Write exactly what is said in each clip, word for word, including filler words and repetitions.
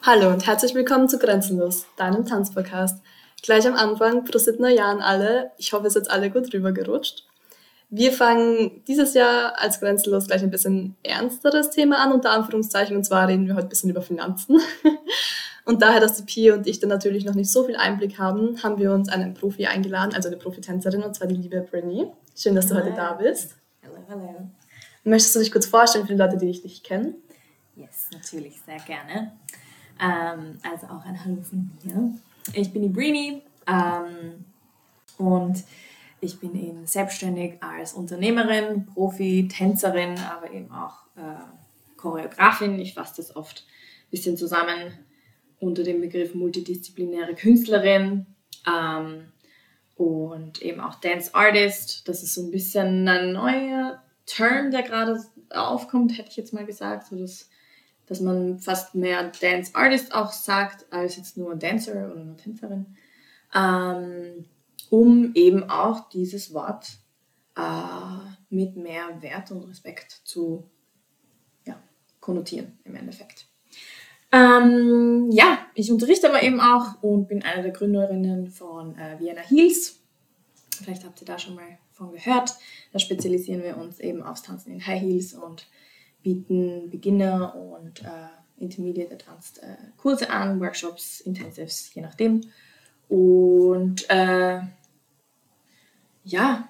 Hallo und herzlich willkommen zu Grenzenlos, deinem Tanzpodcast. Gleich am Anfang, Prosit Neujahr an alle. Ich hoffe, ihr seid alle gut rübergerutscht. Wir fangen dieses Jahr als Grenzenlos gleich ein bisschen ernsteres Thema an, unter Anführungszeichen, und zwar reden wir heute ein bisschen über Finanzen. Und daher, dass die Pia und ich dann natürlich noch nicht so viel Einblick haben, haben wir uns einen Profi eingeladen, also eine Profitänzerin, und zwar die liebe Brinny. Schön, dass du Hi. heute da bist. Hallo, hallo. Möchtest du dich kurz vorstellen für die Leute, die dich nicht kennen? Yes, natürlich, sehr gerne. Ähm, also auch ein Hallo von mir. Ich bin die Brini ähm, und ich bin eben selbstständig als Unternehmerin, Profi, Tänzerin, aber eben auch äh, Choreografin. Ich fasse das oft ein bisschen zusammen unter dem Begriff multidisziplinäre Künstlerin ähm, und eben auch Dance Artist. Das ist so ein bisschen ein neuer Term, der gerade aufkommt, hätte ich jetzt mal gesagt, so dass, dass man fast mehr Dance Artist auch sagt, als jetzt nur Dancer oder nur Tänzerin, ähm, um eben auch dieses Wort äh, mit mehr Wert und Respekt zu ja, konnotieren im Endeffekt. Ähm, ja, ich unterrichte aber eben auch und bin eine der Gründerinnen von äh, Vienna Heels. Vielleicht habt ihr da schon mal von gehört. Da spezialisieren wir uns eben aufs Tanzen in High Heels und bieten Beginner und äh, Intermediate Advanced äh, Kurse an, Workshops, Intensives, je nachdem. Und äh, ja,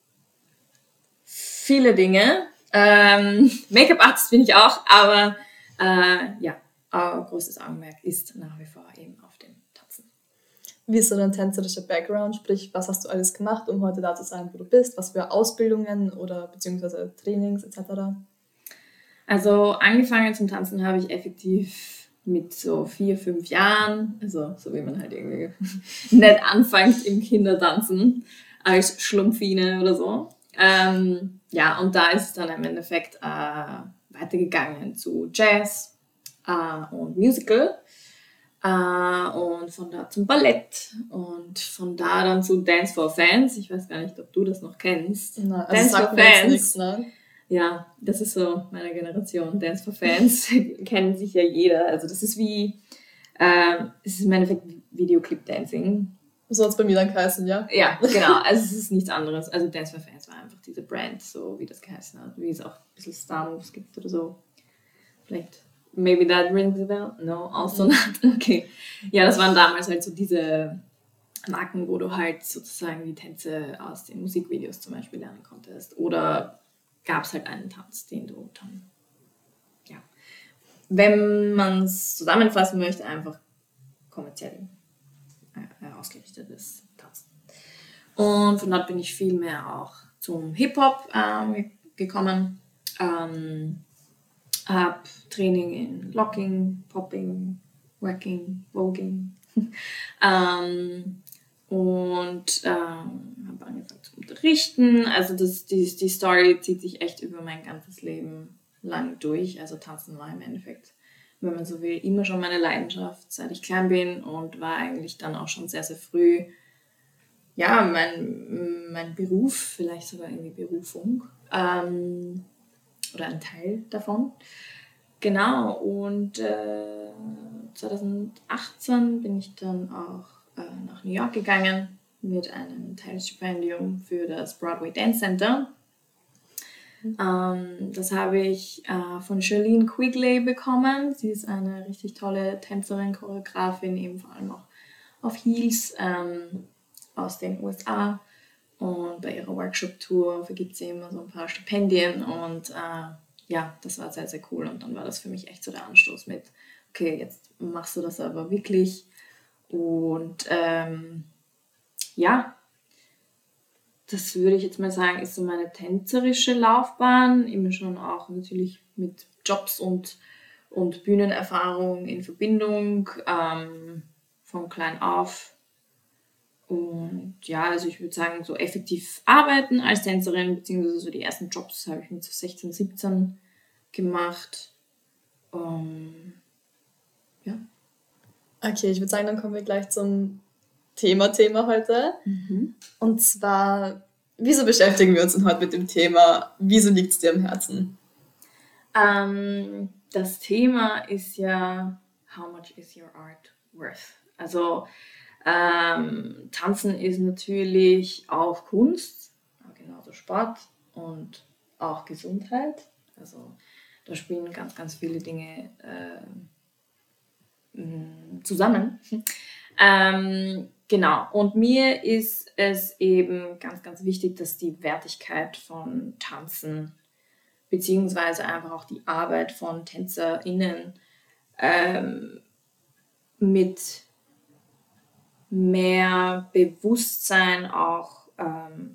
viele Dinge. Ähm, Make-up-Artist bin ich auch, aber äh, ja, aber großes Augenmerk ist nach wie vor eben auf dem Tanzen. Wie ist so dein tänzerischer Background? Sprich, was hast du alles gemacht, um heute da zu sein, wo du bist? Was für Ausbildungen oder beziehungsweise Trainings et cetera? Also angefangen zum Tanzen habe ich effektiv mit so vier, fünf Jahren, also so wie man halt irgendwie nicht anfängt im Kindertanzen als Schlumpfine oder so. Ähm, ja, und da ist es dann im Endeffekt äh, weitergegangen zu Jazz äh, und Musical. Uh, und von da zum Ballett und von da dann zu Dance for Fans. Ich weiß gar nicht, ob du das noch kennst. Na, also Dance sagt for mir jetzt Fans. nichts, ne? Ja, das ist so meine Generation. Dance for Fans kennen sich ja jeder. Also das ist wie, äh, es ist im Endeffekt Videoclip-Dancing. So hat es bei mir dann geheißen, ja? Ja, genau. Also es ist nichts anderes. Also Dance for Fans war einfach diese Brand, so wie das geheißen hat. Wie es auch ein bisschen Star Moves gibt oder so. Vielleicht... Maybe that rings a bell? No, also Mhm. not. Okay. Ja, das waren damals halt so diese Marken, wo du halt sozusagen die Tänze aus den Musikvideos zum Beispiel lernen konntest. Oder gab es halt einen Tanz, den du dann, ja, wenn man es zusammenfassen möchte, einfach kommerziell äh, ausgerichtetes Tanzen. Und von dort bin ich viel mehr auch zum Hip-Hop ähm, gekommen. Ähm, habe Training in Locking, Popping, Wacking, Voging ähm, und ähm, habe angefangen zu unterrichten. Also das, die, die Story zieht sich echt über mein ganzes Leben lang durch. Also Tanzen war im Endeffekt, wenn man so will, immer schon meine Leidenschaft, seit ich klein bin und war eigentlich dann auch schon sehr, sehr früh ja, mein, mein Beruf, vielleicht sogar irgendwie Berufung. Ähm, oder ein Teil davon. Genau, und äh, zwanzig achtzehn bin ich dann auch äh, nach New York gegangen mit einem Teilstipendium für das Broadway Dance Center. Mhm. Ähm, das habe ich äh, von Charlene Quigley bekommen. Sie ist eine richtig tolle Tänzerin, Choreografin, eben vor allem auch auf Heels ähm, aus den U S A. Und bei ihrer Workshop-Tour vergibt sie immer so ein paar Stipendien und äh, ja, das war sehr, sehr cool. Und dann war das für mich echt so der Anstoß mit, okay, jetzt machst du das aber wirklich. Und ähm, ja, das würde ich jetzt mal sagen, ist so meine tänzerische Laufbahn. Immer schon auch natürlich mit Jobs und, und Bühnenerfahrung in Verbindung, ähm, von klein auf. Und ja, also ich würde sagen, so effektiv arbeiten als Tänzerin, beziehungsweise so die ersten Jobs habe ich mit so sechzehn, siebzehn gemacht. Um, ja. Okay, ich würde sagen, dann kommen wir gleich zum Thema-Thema heute. Mhm. Und zwar, wieso beschäftigen wir uns denn heute mit dem Thema? Wieso liegt es dir am Herzen? Ähm, das Thema ist ja how much is your art worth? Also ähm, Tanzen ist natürlich auch Kunst, genauso Sport und auch Gesundheit. Also da spielen ganz, ganz viele Dinge äh, zusammen. ähm, genau, und mir ist es eben ganz, ganz wichtig, dass die Wertigkeit von Tanzen beziehungsweise einfach auch die Arbeit von TänzerInnen ähm, mit mehr Bewusstsein auch, ähm,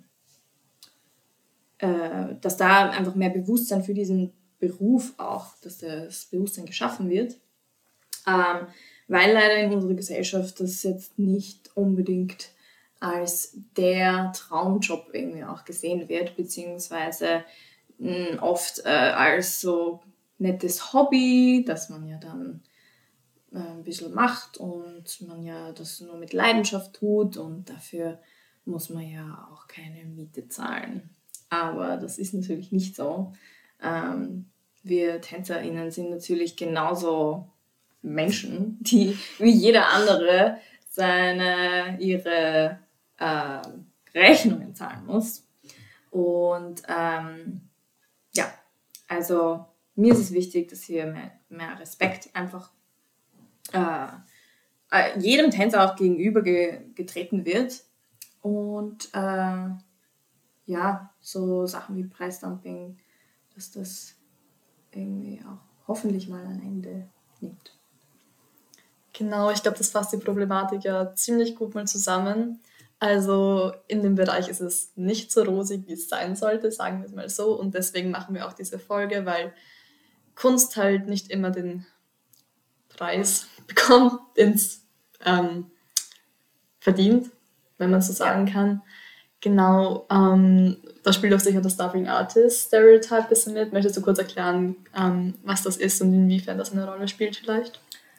äh, dass da einfach mehr Bewusstsein für diesen Beruf auch, dass das Bewusstsein geschaffen wird, ähm, weil leider in unserer Gesellschaft das jetzt nicht unbedingt als der Traumjob irgendwie auch gesehen wird, beziehungsweise mh, oft äh, als so nettes Hobby, das man ja dann äh, ein bisschen macht und man ja das nur mit Leidenschaft tut und dafür muss man ja auch keine Miete zahlen. Aber das ist natürlich nicht so. Ähm, wir TänzerInnen sind natürlich genauso Menschen, die wie jeder andere seine, ihre äh, Rechnungen zahlen muss. Und ähm, ja, also mir ist es wichtig, dass hier mehr, mehr Respekt einfach äh, äh, jedem Tänzer auch gegenüber ge- getreten wird. Und äh, ja, so Sachen wie Preisdumping, dass das irgendwie auch hoffentlich mal ein Ende nimmt. Genau, ich glaube, das fasst die Problematik ja ziemlich gut mal zusammen. Also in dem Bereich ist es nicht so rosig, wie es sein sollte, sagen wir es mal so. Und deswegen machen wir auch diese Folge, weil Kunst halt nicht immer den Preis bekommt, den es ähm, verdient, wenn man so sagen kann. Genau, ähm, da spielt auch sicher das Starving Artist Stereotype ein bisschen mit. Möchtest du kurz erklären, ähm, was das ist und inwiefern das eine Rolle spielt vielleicht?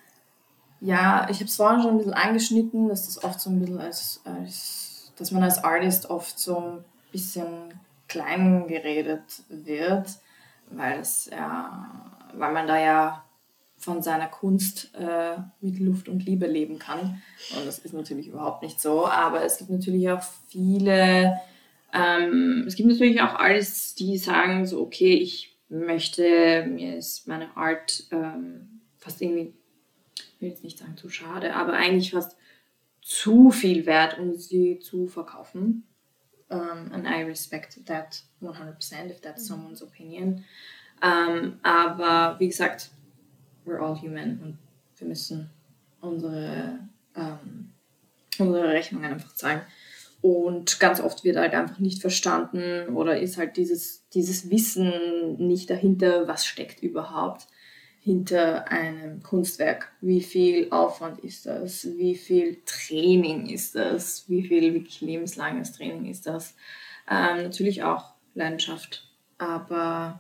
Ja, ich habe es vorhin schon ein bisschen angeschnitten, dass das oft so ein bisschen als, als dass man als Artist oft so ein bisschen klein geredet wird, weil es ja, weil man da ja von seiner Kunst äh, mit Luft und Liebe leben kann. Und das ist natürlich überhaupt nicht so. Aber es gibt natürlich auch viele, ähm, es gibt natürlich auch Artists, die sagen so, okay, ich möchte, mir ist meine Art ähm, fast irgendwie, ich will jetzt nicht sagen zu schade, aber eigentlich fast zu viel wert, um sie zu verkaufen. Um, and I respect that one hundred percent if that's someone's opinion. Um, aber wie gesagt, we're all human und wir müssen unsere, ähm, unsere Rechnungen einfach zahlen. Und ganz oft wird halt einfach nicht verstanden oder ist halt dieses, dieses Wissen nicht dahinter, was steckt überhaupt hinter einem Kunstwerk. Wie viel Aufwand ist das? Wie viel Training ist das? Wie viel wirklich lebenslanges Training ist das? Ähm, natürlich auch Leidenschaft, aber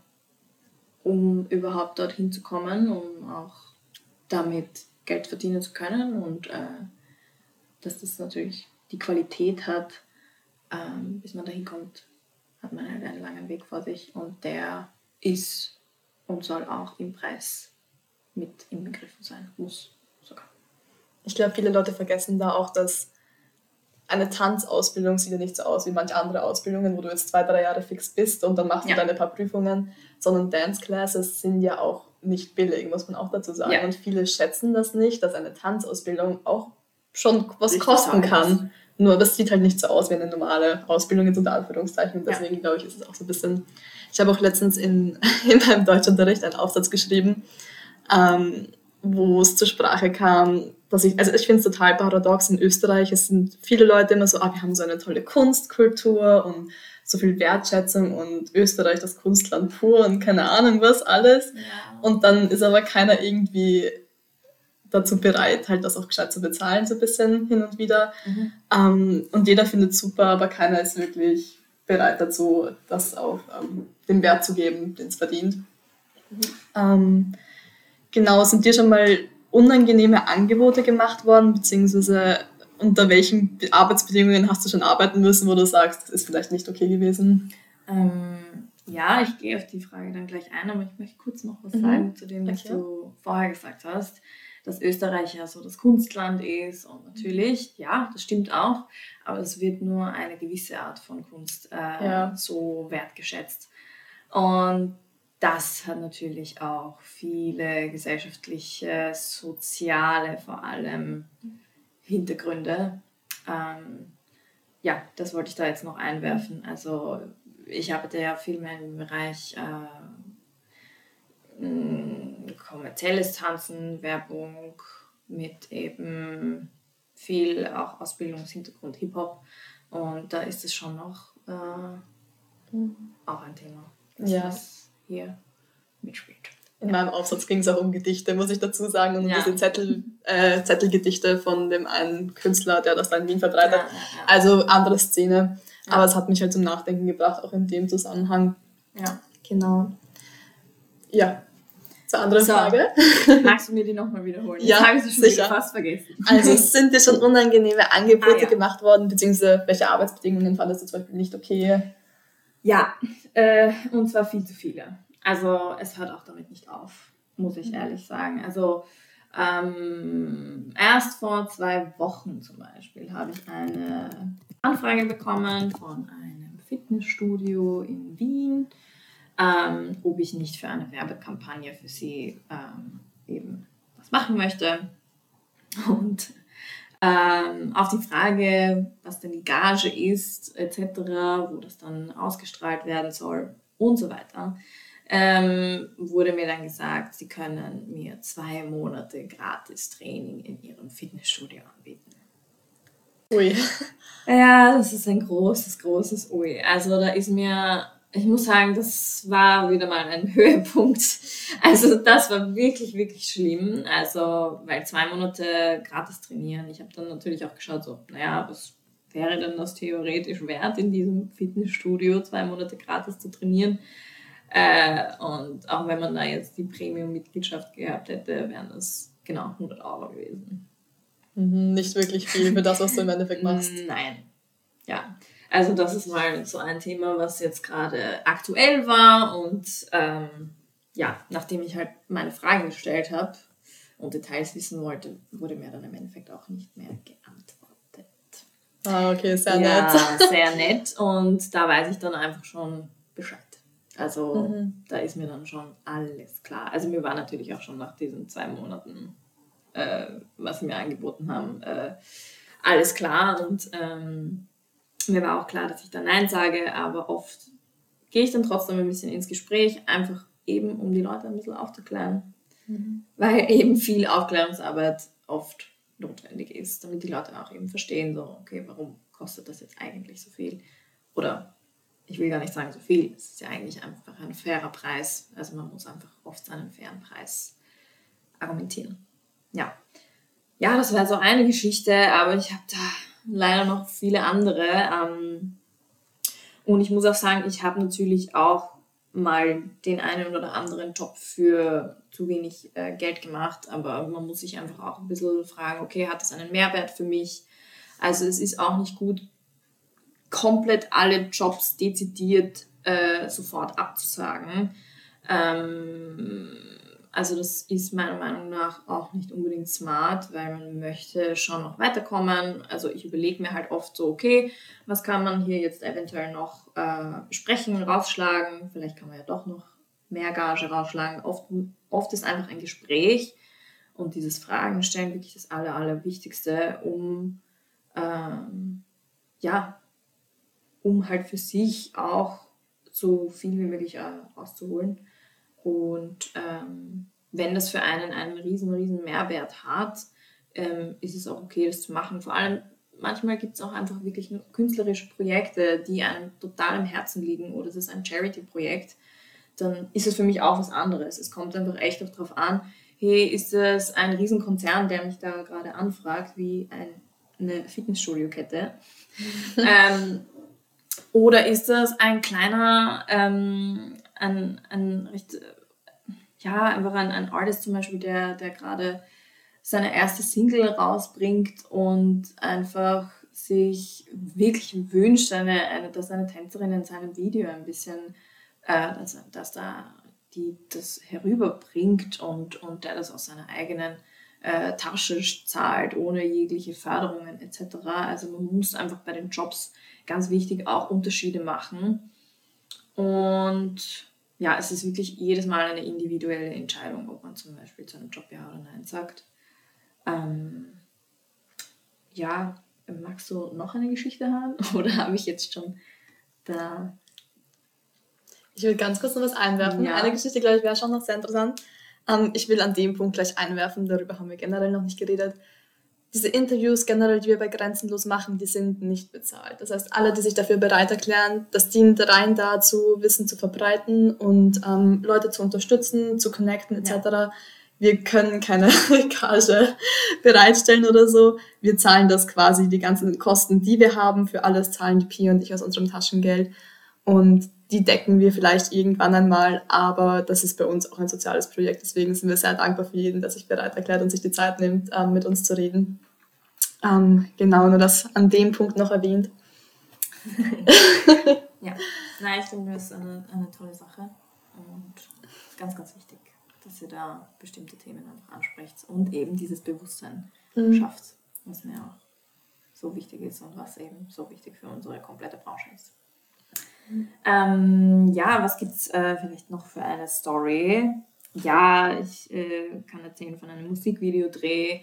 um überhaupt dorthin zu kommen, um auch damit Geld verdienen zu können und äh, dass das natürlich die Qualität hat, ähm, bis man dahin kommt, hat man halt einen langen Weg vor sich und der ist und soll auch im Preis mit inbegriffen sein, muss sogar. Ich glaube, viele Leute vergessen da auch, dass eine Tanzausbildung sieht ja nicht so aus wie manche andere Ausbildungen, wo du jetzt zwei, drei Jahre fix bist und dann machst ja. du deine paar Prüfungen, sondern Dance Classes sind ja auch nicht billig, muss man auch dazu sagen. Ja. Und viele schätzen das nicht, dass eine Tanzausbildung auch schon was Richtig kosten kann. Ist. Nur das sieht halt nicht so aus wie eine normale Ausbildung in unter Anführungszeichen. Und deswegen ja. glaube ich, ist es auch so ein bisschen... Ich habe auch letztens in, in meinem Deutschunterricht einen Aufsatz geschrieben, ähm, wo es zur Sprache kam, dass ich, also ich finde es total paradox in Österreich, es sind viele Leute immer so, ah, wir haben so eine tolle Kunstkultur und so viel Wertschätzung und Österreich das Kunstland pur und keine Ahnung was alles. Ja. Und dann ist aber keiner irgendwie dazu bereit, halt das auch gescheit zu bezahlen, so ein bisschen hin und wieder. Mhm. Ähm, und jeder findet es super, aber keiner ist wirklich bereit dazu, das auch ähm, den Wert zu geben, den es verdient. Mhm. Ähm, genau, sind dir schon mal unangenehme Angebote gemacht worden, beziehungsweise unter welchen Arbeitsbedingungen hast du schon arbeiten müssen, wo du sagst, das ist vielleicht nicht okay gewesen? Ähm, ja, ich gehe auf die Frage dann gleich ein, aber ich möchte kurz noch was mhm. sagen zu dem, was okay. du vorher gesagt hast. dass Österreich ja so das Kunstland ist und natürlich, ja, das stimmt auch, aber es wird nur eine gewisse Art von Kunst äh, Ja. so wertgeschätzt. Und das hat natürlich auch viele gesellschaftliche, soziale vor allem Hintergründe. Ähm, ja, das wollte ich da jetzt noch einwerfen. Also ich arbeite ja viel mehr im Bereich äh, kommerzielles Tanzen, Werbung mit eben viel auch Ausbildungshintergrund Hip-Hop und da ist es schon noch äh, mhm. auch ein Thema, dass ja. das hier mitspielt. In meinem Aufsatz ging es auch um Gedichte, muss ich dazu sagen, und um ja. diese Zettel, äh, Zettelgedichte von dem einen Künstler, der das da in Wien verbreitet. Ja, ja, ja. Also andere Szene. Ja. Aber es hat mich halt zum Nachdenken gebracht, auch in dem Zusammenhang. Ja. Genau. Ja. Zur anderen so. Frage. Magst du mir die nochmal wiederholen? Ja, Jetzt habe ich sie schon sicher. wieder fast vergessen. Also sind dir schon unangenehme Angebote ah, ja. gemacht worden, beziehungsweise welche Arbeitsbedingungen fandest du zum Beispiel nicht okay? Ja, äh, und zwar viel zu viele. Also es hört auch damit nicht auf, muss ich ehrlich sagen. Also ähm, erst vor zwei Wochen zum Beispiel habe ich eine Anfrage bekommen von einem Fitnessstudio in Wien, ähm, ob ich nicht für eine Werbekampagne für sie ähm, eben was machen möchte. Und ähm, auf die Frage, was denn die Gage ist, et cetera, wo das dann ausgestrahlt werden soll und so weiter, ähm, wurde mir dann gesagt, sie können mir zwei Monate gratis Training in ihrem Fitnessstudio anbieten. Ui. Ja, das ist ein großes, großes Ui. Also da ist mir, ich muss sagen, das war wieder mal ein Höhepunkt. Also das war wirklich, wirklich schlimm. Also, weil zwei Monate gratis trainieren. Ich habe dann natürlich auch geschaut, so, naja, was wäre denn das theoretisch wert, in diesem Fitnessstudio zwei Monate gratis zu trainieren? Äh, und auch wenn man da jetzt die Premium-Mitgliedschaft gehabt hätte, wären das genau hundert Euro gewesen. Mhm, nicht wirklich viel für das, was du im Endeffekt machst. Nein. Ja, also das ist mal so ein Thema, was jetzt gerade aktuell war und ähm, ja, nachdem ich halt meine Fragen gestellt habe und Details wissen wollte, wurde mir dann im Endeffekt auch nicht mehr geantwortet. Ah, okay, sehr ja, nett. Ja, sehr nett und da weiß ich dann einfach schon Bescheid. Also mhm. da ist mir dann schon alles klar. Also mir war natürlich auch schon nach diesen zwei Monaten, äh, was sie mir angeboten haben, äh, alles klar. Und ähm, mir war auch klar, dass ich da Nein sage, aber oft gehe ich dann trotzdem ein bisschen ins Gespräch, einfach eben, um die Leute ein bisschen aufzuklären. Mhm. Weil eben viel Aufklärungsarbeit oft notwendig ist, damit die Leute auch eben verstehen, so, okay, warum kostet das jetzt eigentlich so viel? Oder ich will gar nicht sagen so viel, es ist ja eigentlich einfach ein fairer Preis. Also man muss einfach oft seinen fairen Preis argumentieren. Ja, ja, das wäre so eine Geschichte, aber ich habe da leider noch viele andere. Ähm, und ich muss auch sagen, ich habe natürlich auch mal den einen oder anderen Job für zu wenig äh, Geld gemacht, aber man muss sich einfach auch ein bisschen fragen, okay, hat das einen Mehrwert für mich? Also es ist auch nicht gut, komplett alle Jobs dezidiert äh, sofort abzusagen. Ähm, also das ist meiner Meinung nach auch nicht unbedingt smart, weil man möchte schon noch weiterkommen. Also ich überlege mir halt oft so, okay, was kann man hier jetzt eventuell noch äh, besprechen, rausschlagen? Vielleicht kann man ja doch noch mehr Gage rausschlagen. Oft, oft ist einfach ein Gespräch und dieses Fragen stellen wirklich das Aller, Allerwichtigste, um ähm, ja, um halt für sich auch so viel wie möglich äh, rauszuholen. Und ähm, wenn das für einen einen riesen, riesen Mehrwert hat, ähm, ist es auch okay, das zu machen. Vor allem, manchmal gibt es auch einfach wirklich nur künstlerische Projekte, die einem total im Herzen liegen oder es ist ein Charity-Projekt, dann ist es für mich auch was anderes. Es kommt einfach echt auch darauf an, hey, ist das ein Riesenkonzern, der mich da gerade anfragt, wie ein, eine Fitnessstudio-Kette? ähm, Oder ist das ein kleiner, ähm, ein, ein recht, ja, einfach ein, ein Artist zum Beispiel, der, der gerade seine erste Single rausbringt und einfach sich wirklich wünscht, eine, eine, dass eine Tänzerin in seinem Video ein bisschen, äh, dass, dass da die das herüberbringt und, und der das aus seiner eigenen äh, Tasche zahlt, ohne jegliche Förderungen et cetera. Also man muss einfach bei den Jobs ganz wichtig auch Unterschiede machen. Und ja, es ist wirklich jedes Mal eine individuelle Entscheidung, ob man zum Beispiel zu einem Job Ja oder Nein sagt. Ähm, ja, magst du noch eine Geschichte haben? Oder habe ich jetzt schon da... Ich will ganz kurz noch was einwerfen. Ja. Eine Geschichte, glaube ich, wäre schon noch sehr interessant. Ähm, ich will an dem Punkt gleich einwerfen, darüber haben wir generell noch nicht geredet. Diese Interviews generell, die wir bei Grenzenlos machen, die sind nicht bezahlt. Das heißt, alle, die sich dafür bereit erklären, das dient rein dazu, Wissen zu verbreiten und ähm, Leute zu unterstützen, zu connecten et cetera. Ja. Wir können keine Gage bereitstellen oder so. Wir zahlen das quasi, die ganzen Kosten, die wir haben, für alles zahlen die Pia und ich aus unserem Taschengeld. Und die decken wir vielleicht irgendwann einmal, aber das ist bei uns auch ein soziales Projekt. Deswegen sind wir sehr dankbar für jeden, der sich bereit erklärt und sich die Zeit nimmt, ähm, mit uns zu reden. Ähm, genau, nur das an dem Punkt noch erwähnt. Ja, nein, ich finde, das ist eine, eine tolle Sache und ganz, ganz wichtig, dass ihr da bestimmte Themen einfach ansprecht und eben dieses Bewusstsein mhm. schafft, was mir auch so wichtig ist und was eben so wichtig für unsere komplette Branche ist. Mhm. Ähm, ja, was gibt es äh, vielleicht noch für eine Story? Ja, ich äh, kann erzählen von einem Musikvideodreh,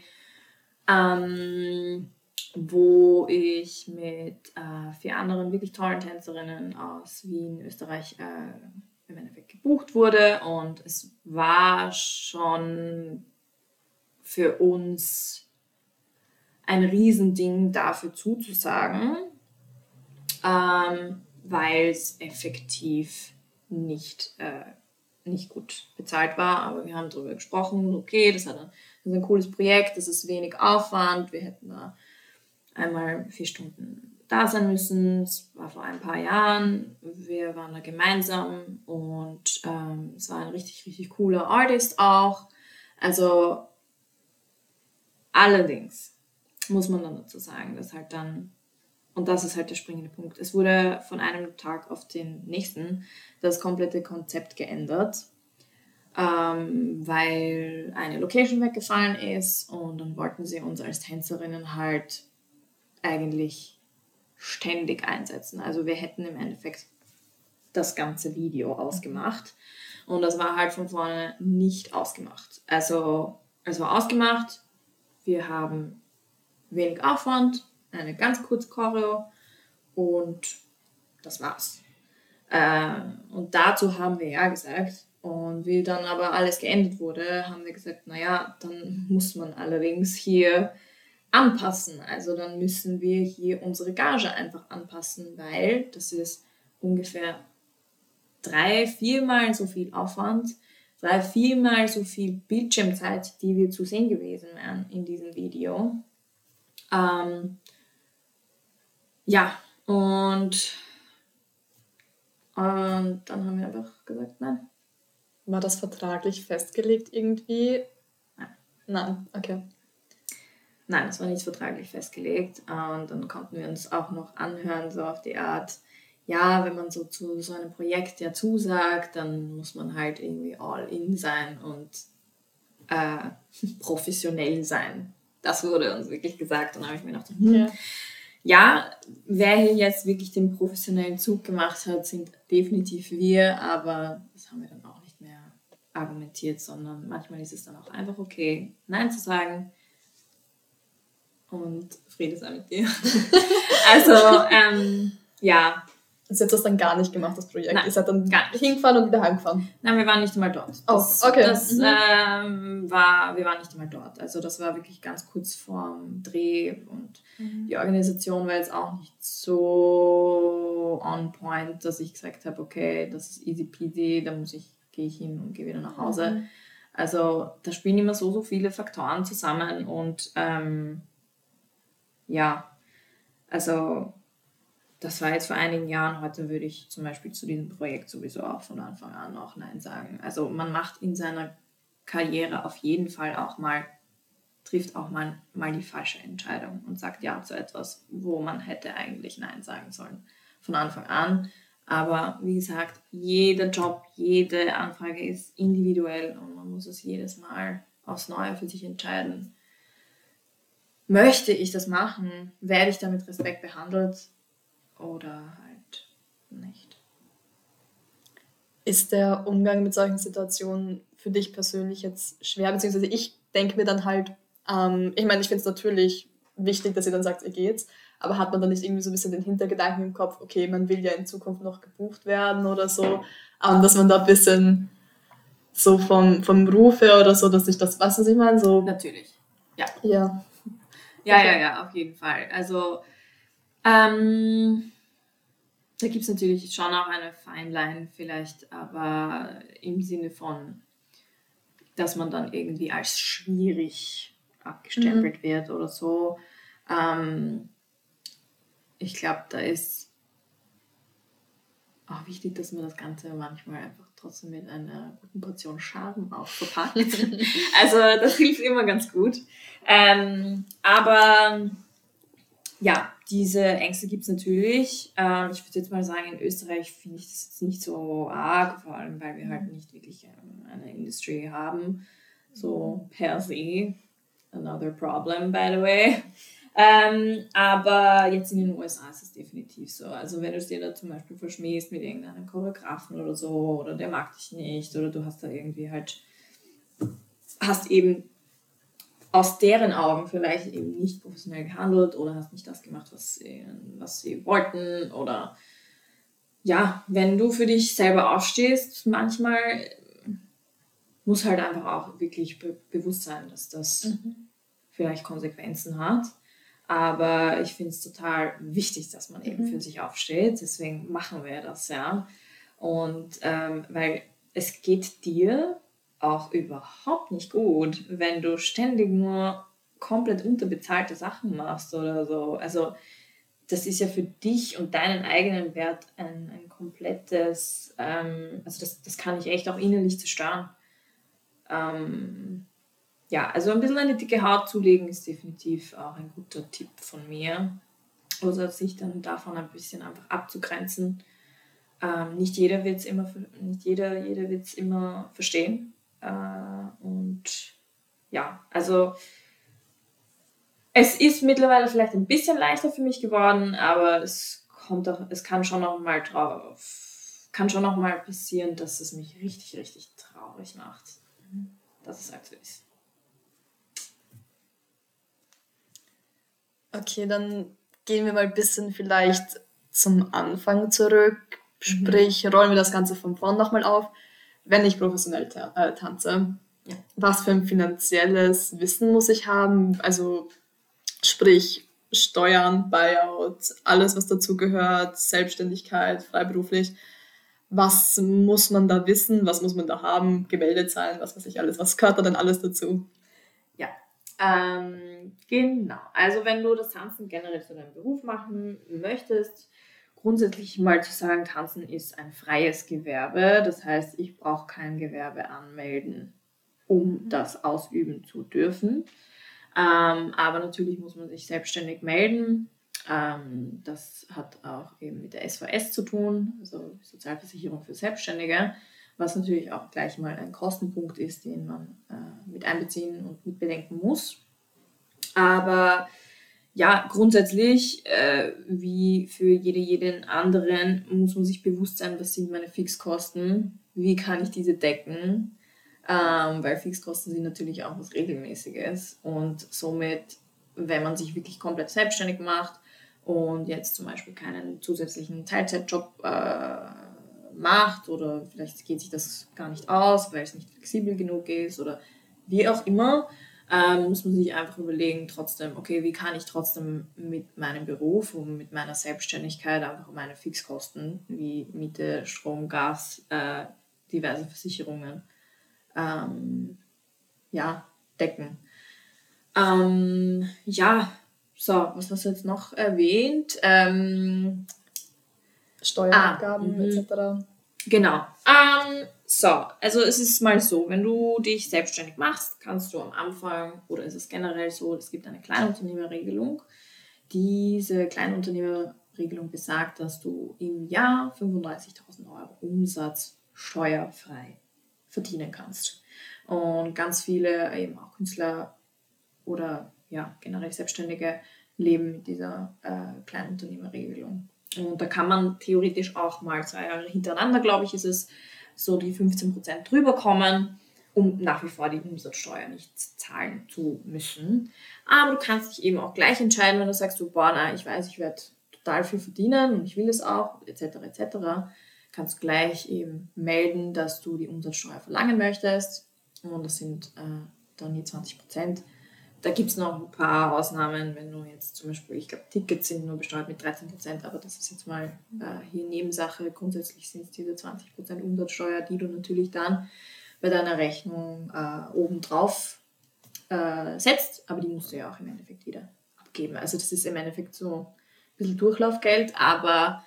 ähm, wo ich mit äh, vier anderen wirklich tollen Tänzerinnen aus Wien, Österreich äh, im Endeffekt gebucht wurde, und es war schon für uns ein Riesending, dafür zuzusagen, ähm, weil es effektiv nicht, äh, nicht gut bezahlt war, aber wir haben darüber gesprochen, okay, das, hat ein, das ist ein cooles Projekt, das ist wenig Aufwand, wir hätten da einmal vier Stunden da sein müssen, es war vor ein paar Jahren, wir waren da gemeinsam und ähm, es war ein richtig, richtig cooler Artist auch, also allerdings muss man dann dazu sagen, dass halt dann, und das ist halt der springende Punkt, es wurde von einem Tag auf den nächsten das komplette Konzept geändert, ähm, weil eine Location weggefallen ist, und dann wollten sie uns als Tänzerinnen halt eigentlich ständig einsetzen. Also wir hätten im Endeffekt das ganze Video ausgemacht, und das war halt von vorne nicht ausgemacht. Also es war ausgemacht, wir haben wenig Aufwand, eine ganz kurze Choreo und das war's. Äh, und dazu haben wir ja gesagt, und wie dann aber alles geändert wurde, haben wir gesagt, naja, dann muss man allerdings hier anpassen. Also dann müssen wir hier unsere Gage einfach anpassen, weil das ist ungefähr drei, viermal so viel Aufwand, drei, viermal so viel Bildschirmzeit, die wir zu sehen gewesen wären in diesem Video. Ähm, ja, und, und dann haben wir einfach gesagt, nein. War das vertraglich festgelegt irgendwie? Nein. Nein, okay. Nein, es war nicht vertraglich festgelegt, und dann konnten wir uns auch noch anhören, so auf die Art, ja, wenn man so zu so einem Projekt ja zusagt, dann muss man halt irgendwie all in sein und äh, professionell sein. Das wurde uns wirklich gesagt, und dann habe ich mir gedacht, hm, ja. ja, wer hier jetzt wirklich den professionellen Zug gemacht hat, sind definitiv wir, aber das haben wir dann auch nicht mehr argumentiert, sondern manchmal ist es dann auch einfach okay, Nein zu sagen. Und Friede sei mit dir. Also, ähm, ja. Also ihr habt das dann gar nicht gemacht, das Projekt? Nein, ihr seid dann gar nicht hingefahren und wieder heimgefahren? Nein, wir waren nicht einmal dort. Das, oh, okay. Das mhm. ähm, war, wir waren nicht einmal dort. Also das war wirklich ganz kurz vorm Dreh, und mhm. die Organisation war jetzt auch nicht so on point, dass ich gesagt habe, okay, das ist easy peasy, da muss ich, gehe ich hin und gehe wieder nach Hause. Mhm. Also da spielen immer so, so viele Faktoren zusammen, und ähm, ja, also das war jetzt vor einigen Jahren. Heute würde ich zum Beispiel zu diesem Projekt sowieso auch von Anfang an auch Nein sagen. Also man macht in seiner Karriere auf jeden Fall auch mal, trifft auch mal, mal die falsche Entscheidung und sagt Ja zu etwas, wo man hätte eigentlich Nein sagen sollen von Anfang an. Aber wie gesagt, jeder Job, jede Anfrage ist individuell, und man muss es jedes Mal aufs Neue für sich entscheiden, möchte ich das machen? Werde ich da mit Respekt behandelt oder halt nicht? Ist der Umgang mit solchen Situationen für dich persönlich jetzt schwer? Beziehungsweise ich denke mir dann halt, ähm, ich meine, ich finde es natürlich wichtig, dass ihr dann sagt, ihr geht's, aber hat man dann nicht irgendwie so ein bisschen den Hintergedanken im Kopf, okay, man will ja in Zukunft noch gebucht werden oder so, ähm, dass man da ein bisschen so vom, vom Ruf her oder so, dass ich das, weißt du, was ich meine? So, Natürlich, ja. Ja. Ja, Okay. ja, ja, auf jeden Fall. Also, ähm, da gibt es natürlich schon auch eine Feinline vielleicht, aber im Sinne von, dass man dann irgendwie als schwierig abgestempelt Mhm. wird oder so. Ähm, ich glaube, da ist auch wichtig, dass man das Ganze manchmal einfach trotzdem mit einer guten Portion Charme auch verpackt. Also das hilft immer ganz gut. Ähm, aber ja, diese Ängste gibt es natürlich. Ähm, ich würde jetzt mal sagen, in Österreich finde ich das jetzt nicht so arg, vor allem weil wir halt nicht wirklich ähm, eine Industry haben, so per se. Another problem, by the way. Ähm, aber jetzt in den U S A ist es definitiv so. Also wenn du es dir da zum Beispiel verschmähst mit irgendeinem Choreografen oder so, oder der mag dich nicht, oder du hast da irgendwie halt, hast eben aus deren Augen vielleicht eben nicht professionell gehandelt oder hast nicht das gemacht, was sie, was sie wollten. Oder ja, wenn du für dich selber aufstehst, manchmal muss halt einfach auch wirklich be- bewusst sein, dass das Mhm. vielleicht Konsequenzen hat. Aber ich finde es total wichtig, dass man eben Mhm. für sich aufsteht. Deswegen machen wir das, ja. Und ähm, weil es geht dir auch überhaupt nicht gut, wenn du ständig nur komplett unterbezahlte Sachen machst oder so. Also das ist ja für dich und deinen eigenen Wert ein, ein komplettes, ähm, also das, das kann ich echt auch innerlich zerstören. Ähm, ja, also ein bisschen eine dicke Haut zulegen ist definitiv auch ein guter Tipp von mir. Also sich dann davon ein bisschen einfach abzugrenzen. Ähm, nicht jeder wird es immer, nicht jeder, jeder wird's immer verstehen. Äh, und ja, also es ist mittlerweile vielleicht ein bisschen leichter für mich geworden, aber es kommt auch, es kann schon noch mal drauf, kann schon noch mal passieren, dass es mich richtig, richtig traurig macht, dass es halt so ist. Okay, dann gehen wir mal ein bisschen vielleicht zum Anfang zurück. Sprich, rollen wir das Ganze von vorn nochmal auf. Wenn ich professionell ta äh, tanze, Ja. was für ein finanzielles Wissen muss ich haben? Also sprich Steuern, Buyout, alles was dazugehört, Selbstständigkeit, freiberuflich. Was muss man da wissen? Was muss man da haben? Gemeldet sein, was weiß ich alles. Was gehört da denn alles dazu? Ja, ähm, genau. Also wenn du das Tanzen generell zu deinem Beruf machen möchtest, grundsätzlich mal zu sagen, Tanzen ist ein freies Gewerbe. Das heißt, ich brauche kein Gewerbe anmelden, um das ausüben zu dürfen. Ähm, aber natürlich muss man sich selbstständig melden. Ähm, das hat auch eben mit der S V S zu tun, also Sozialversicherung für Selbstständige, was natürlich auch gleich mal ein Kostenpunkt ist, den man äh, mit einbeziehen und mit bedenken muss. Aber ja, grundsätzlich, äh, wie für jede, jeden anderen, muss man sich bewusst sein, was sind meine Fixkosten, wie kann ich diese decken, ähm, weil Fixkosten sind natürlich auch was Regelmäßiges und somit, wenn man sich wirklich komplett selbstständig macht und jetzt zum Beispiel keinen zusätzlichen Teilzeitjob äh, macht oder vielleicht geht sich das gar nicht aus, weil es nicht flexibel genug ist oder wie auch immer, ähm, muss man sich einfach überlegen, trotzdem, okay, wie kann ich trotzdem mit meinem Beruf und mit meiner Selbstständigkeit einfach meine Fixkosten wie Miete, Strom, Gas, äh, diverse Versicherungen ähm, ja, decken. Ähm, ja, so, was hast du jetzt noch erwähnt? Ähm, Steuerabgaben ah, et cetera. Genau. Ähm, so, also es ist mal so, wenn du dich selbstständig machst, kannst du am Anfang, oder ist es generell so, es gibt eine Kleinunternehmerregelung. Diese Kleinunternehmerregelung besagt, dass du im Jahr fünfunddreißigtausend Euro Umsatz steuerfrei verdienen kannst. Und ganz viele eben auch Künstler oder ja, generell Selbstständige leben mit dieser äh, Kleinunternehmerregelung. Und da kann man theoretisch auch mal zwei Jahre hintereinander, glaube ich, ist es so die fünfzehn Prozent drüber kommen, um nach wie vor die Umsatzsteuer nicht zahlen zu müssen. Aber du kannst dich eben auch gleich entscheiden, wenn du sagst, so, boah, nein, ich weiß, ich werde total viel verdienen und ich will es auch, et cetera et cetera. Kannst gleich eben melden, dass du die Umsatzsteuer verlangen möchtest. Und das sind äh, dann die zwanzig Prozent. Da gibt es noch ein paar Ausnahmen, wenn du jetzt zum Beispiel, ich glaube, Tickets sind nur besteuert mit dreizehn Prozent, aber das ist jetzt mal äh, hier Nebensache. Grundsätzlich sind es diese zwanzig Prozent Umsatzsteuer, die du natürlich dann bei deiner Rechnung äh, obendrauf äh, setzt, aber die musst du ja auch im Endeffekt wieder abgeben. Also das ist im Endeffekt so ein bisschen Durchlaufgeld, aber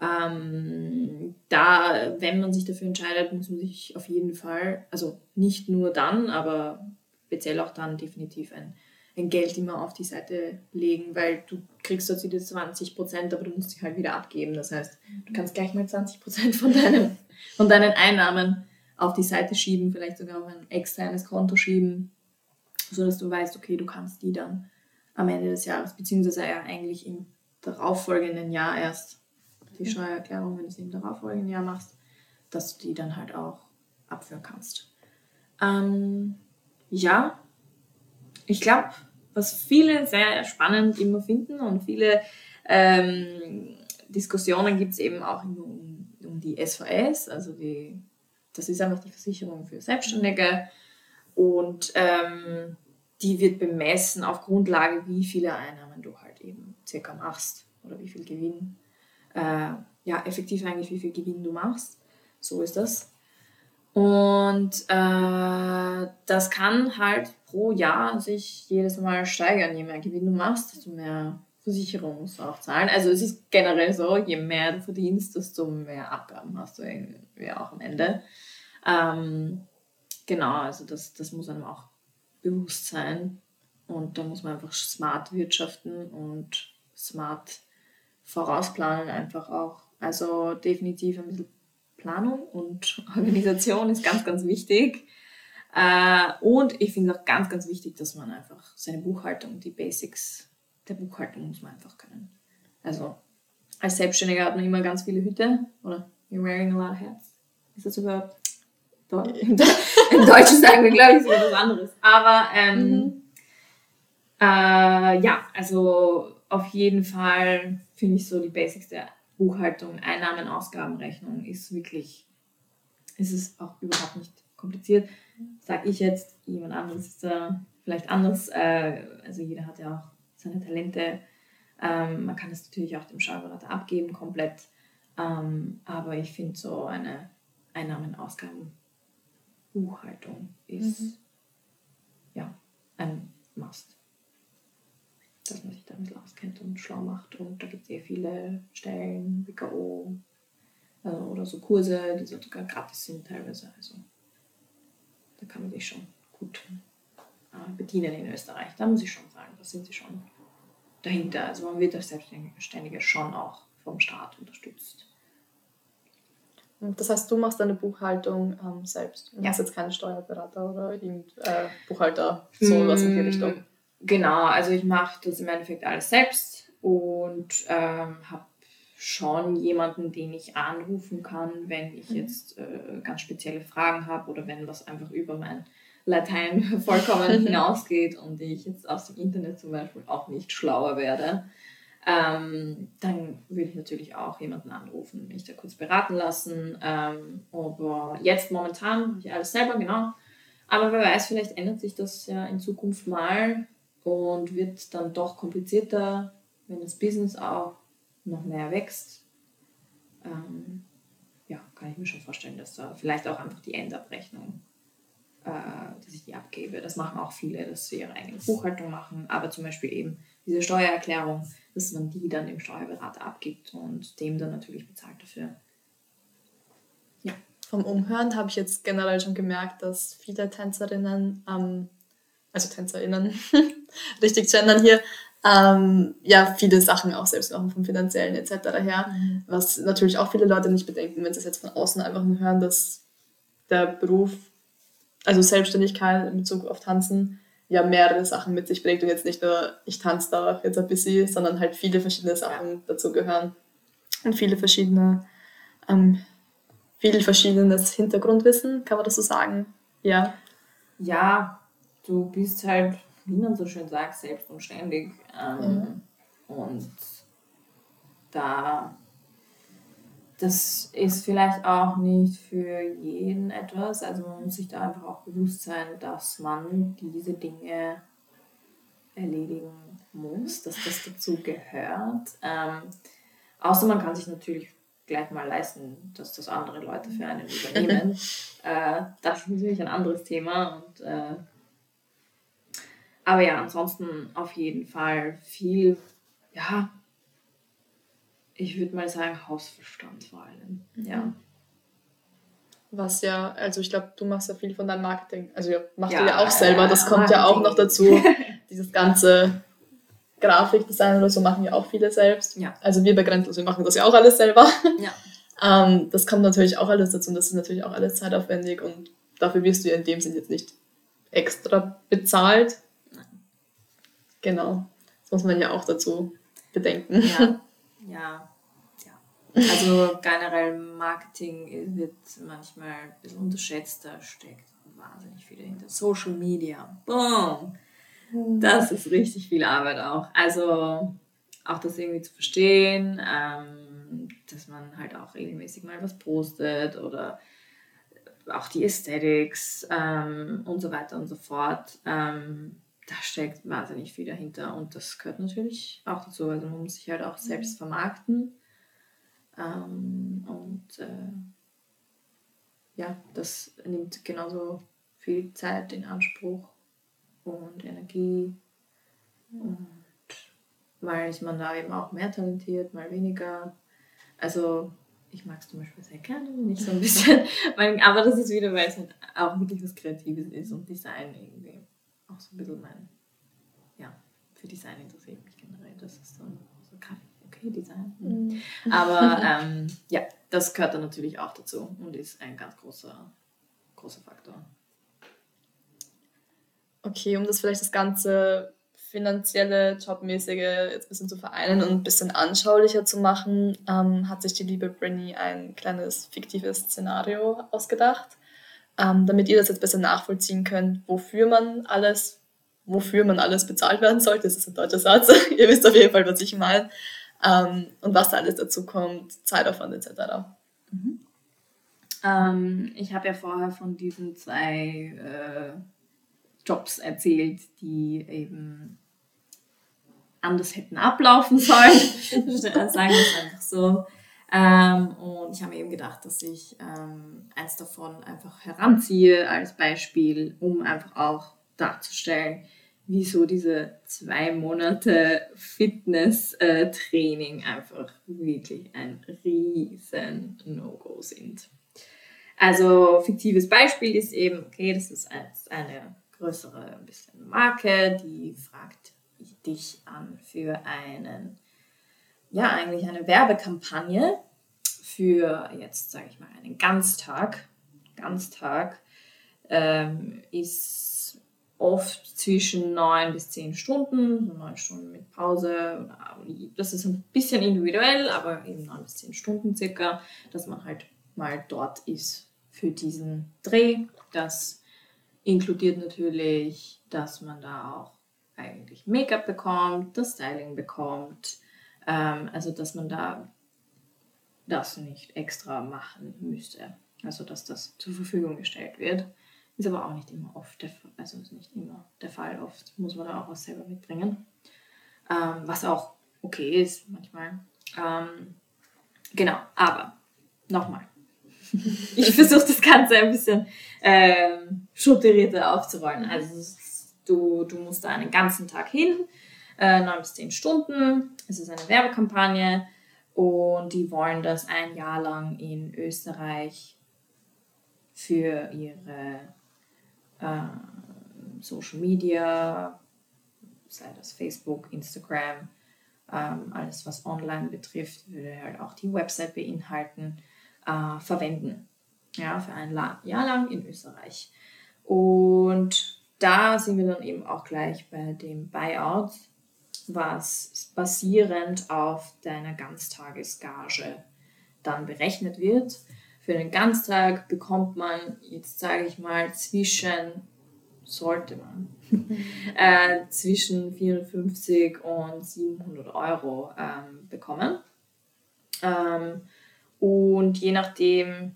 ähm, da, wenn man sich dafür entscheidet, muss man sich auf jeden Fall, also nicht nur dann, aber speziell auch dann definitiv ein, ein Geld immer auf die Seite legen, weil du kriegst dort diese zwanzig Prozent, aber du musst sie halt wieder abgeben. Das heißt, du kannst gleich mal zwanzig Prozent von, deinem, von deinen Einnahmen auf die Seite schieben, vielleicht sogar auf ein externes Konto schieben, sodass du weißt, okay, du kannst die dann am Ende des Jahres, beziehungsweise ja eigentlich im darauffolgenden Jahr erst, die Steuererklärung, wenn du es im darauffolgenden Jahr machst, dass du die dann halt auch abführen kannst. Ähm, ja, ich glaube, was viele sehr spannend immer finden und viele ähm, Diskussionen gibt es eben auch um, um die S V S, also die, das ist einfach die Versicherung für Selbstständige und ähm, die wird bemessen auf Grundlage, wie viele Einnahmen du halt eben circa machst oder wie viel Gewinn, äh, ja, effektiv eigentlich wie viel Gewinn du machst, so ist das. Und äh, das kann halt pro Jahr sich jedes Mal steigern. Je mehr Gewinn du machst, desto mehr Versicherung musst du auch zahlen. Also es ist generell so, je mehr du verdienst, desto mehr Abgaben hast du irgendwie auch am Ende. Ähm, genau, also das, das muss einem auch bewusst sein. Und da muss man einfach smart wirtschaften und smart vorausplanen einfach auch. Also definitiv ein bisschen Planung und Organisation ist ganz, ganz wichtig. Äh, und ich finde es auch ganz, ganz wichtig, dass man einfach seine Buchhaltung, die Basics der Buchhaltung muss man einfach können. Also als Selbstständiger hat man immer ganz viele Hüte, oder you're wearing a lot of hats. Ist das überhaupt Deutsch? Im Deutschen sagen wir, glaube ich, sogar was anderes. Aber ähm, mhm. äh, ja, also auf jeden Fall finde ich so die Basics der Buchhaltung, Einnahmen, Ausgabenrechnung ist wirklich, ist es auch überhaupt nicht kompliziert. Sage ich jetzt, jemand anderes ist da vielleicht anders. Äh, also jeder hat ja auch seine Talente. Ähm, man kann es natürlich auch dem Steuerberater abgeben, komplett. Ähm, aber ich finde so eine Einnahmen, Ausgaben, Buchhaltung ist mhm. ja ein Must. Dass man sich da ein bisschen auskennt und schlau macht. Und da gibt es eh viele Stellen, W K O äh, oder so Kurse, die sogar gratis sind teilweise. Also da kann man sich schon gut äh, bedienen in Österreich. Da muss ich schon sagen, da sind sie schon dahinter. Also man wird als Selbstständige schon auch vom Staat unterstützt. Das heißt, du machst deine Buchhaltung ähm, selbst? Du ja. hast jetzt keinen Steuerberater oder irgendeinen äh, Buchhalter, sowas mm. in die Richtung? Genau, also ich mache das im Endeffekt alles selbst und ähm, habe schon jemanden, den ich anrufen kann, wenn ich mhm. jetzt äh, ganz spezielle Fragen habe oder wenn was einfach über mein Latein vollkommen hinausgeht und ich jetzt aus dem Internet zum Beispiel auch nicht schlauer werde. Ähm, dann würde ich natürlich auch jemanden anrufen, mich da kurz beraten lassen. Ähm, aber jetzt momentan mache ich alles selber, genau. Aber wer weiß, vielleicht ändert sich das ja in Zukunft mal und wird dann doch komplizierter, wenn das Business auch noch mehr wächst. Ähm, ja, kann ich mir schon vorstellen, dass da vielleicht auch einfach die Endabrechnung, äh, dass ich die abgebe. Das machen auch viele, dass sie ihre eigene Buchhaltung machen, aber zum Beispiel eben diese Steuererklärung, dass man die dann dem Steuerberater abgibt und dem dann natürlich bezahlt dafür. Ja. Vom Umhören habe ich jetzt generell schon gemerkt, dass viele Tänzerinnen, ähm, also TänzerInnen, richtig gendern hier, ähm, ja, viele Sachen auch selbst machen, vom Finanziellen et cetera her, mhm. was natürlich auch viele Leute nicht bedenken, wenn sie es jetzt von außen einfach nur hören, dass der Beruf also Selbstständigkeit in Bezug auf Tanzen ja mehrere Sachen mit sich bringt und jetzt nicht nur, ich tanze da jetzt ein bisschen, sondern halt viele verschiedene Sachen ja. dazu gehören und viele verschiedene, ähm, viel verschiedenes Hintergrundwissen, kann man das so sagen? Ja. Ja, du bist halt, wie man so schön sagt, selbst und ständig ähm, mhm. und da das ist vielleicht auch nicht für jeden etwas, also man muss sich da einfach auch bewusst sein, dass man diese Dinge erledigen muss, dass das dazu gehört. Ähm, außer man kann sich natürlich gleich mal leisten, dass das andere Leute für einen übernehmen. äh, das ist natürlich ein anderes Thema. Und, äh, aber ja, ansonsten auf jeden Fall viel, ja, ich würde mal sagen, Hausverstand vor allem. Mhm. Ja. Was ja, also ich glaube, du machst ja viel von deinem Marketing. Also ja, machst ja, du ja auch selber, das kommt Marketing. Ja auch noch dazu. Dieses ganze Grafikdesign oder so machen ja auch viele selbst. Ja. Also wir bei Grenzenlos, wir machen das ja auch alles selber. Ja. ähm, das kommt natürlich auch alles dazu und das ist natürlich auch alles zeitaufwendig und dafür wirst du ja in dem Sinn jetzt nicht extra bezahlt. Nein. Genau. Das muss man ja auch dazu bedenken. Ja. Ja, ja. Also generell Marketing wird manchmal ein bisschen unterschätzt, da steckt wahnsinnig viel dahinter. Social Media, boom, das ist richtig viel Arbeit auch. Also auch das irgendwie zu verstehen, ähm, dass man halt auch regelmäßig mal was postet oder auch die Aesthetics ähm, und so weiter und so fort. Ähm, da steckt wahnsinnig viel dahinter und das gehört natürlich auch dazu. Also man muss sich halt auch selbst vermarkten ähm, und äh, ja, das nimmt genauso viel Zeit in Anspruch und Energie und mal ist man da eben auch mehr talentiert, mal weniger. Also ich mag es zum Beispiel sehr gerne, wenn ich so ein bisschen, aber das ist wieder, weil es halt auch wirklich was Kreatives ist und Design irgendwie auch so ein bisschen mein, ja, für Design interessiert mich generell. Das ist dann so, okay, Design. Mhm. Aber ähm, ja, das gehört dann natürlich auch dazu und ist ein ganz großer, großer Faktor. Okay, um das vielleicht das ganze finanzielle, jobmäßige jetzt ein bisschen zu vereinen und ein bisschen anschaulicher zu machen, ähm, hat sich die liebe Brinny ein kleines fiktives Szenario ausgedacht, ähm, damit ihr das jetzt besser nachvollziehen könnt, wofür man alles, wofür man alles bezahlt werden sollte. Das ist ein deutscher Satz. Ihr wisst auf jeden Fall, was ich meine. Ähm, und was da alles dazu kommt, Zeitaufwand et cetera. Mhm. Ähm, ich habe ja vorher von diesen zwei äh, Jobs erzählt, die eben anders hätten ablaufen sollen. Sagen wir es einfach so. Ähm, und ich habe mir eben gedacht, dass ich ähm, eins davon einfach heranziehe als Beispiel, um einfach auch darzustellen, wieso diese zwei Monate Fitness-Training einfach wirklich ein riesen No-Go sind. Also fiktives Beispiel ist eben, okay, das ist eine größere ein bisschen Marke, die fragt dich an für einen, ja eigentlich eine Werbekampagne für jetzt, sage ich mal, einen Ganztag. Ganztag ähm, ist oft zwischen neun bis zehn Stunden, so neun Stunden mit Pause. Das ist ein bisschen individuell, aber eben neun bis zehn Stunden circa, dass man halt mal dort ist für diesen Dreh. Das inkludiert natürlich, dass man da auch eigentlich Make-up bekommt, das Styling bekommt, ähm, also dass man da das nicht extra machen müsste. Also dass das zur Verfügung gestellt wird. Ist aber auch nicht immer oft der Fall, also ist nicht immer der Fall. Oft muss man da auch was selber mitbringen. Ähm, was auch okay ist manchmal. Ähm, genau, aber nochmal. Ich versuche das Ganze ein bisschen ähm, strukturierter aufzurollen. Also du, du musst da einen ganzen Tag hin, äh, neun bis zehn Stunden. Es ist eine Werbekampagne und die wollen das ein Jahr lang in Österreich für ihre äh, Social Media, sei das Facebook, Instagram, ähm, alles was online betrifft, würde halt auch die Website beinhalten, äh, verwenden. Ja, für ein Jahr lang in Österreich. Und da sind wir dann eben auch gleich bei dem Buyout, was basierend auf deiner Ganztagesgage dann berechnet wird. Für den Ganztag bekommt man, jetzt sage ich mal, zwischen, sollte man, äh, zwischen vierhundertfünfzig und siebenhundert Euro ähm, bekommen. Ähm, und je nachdem,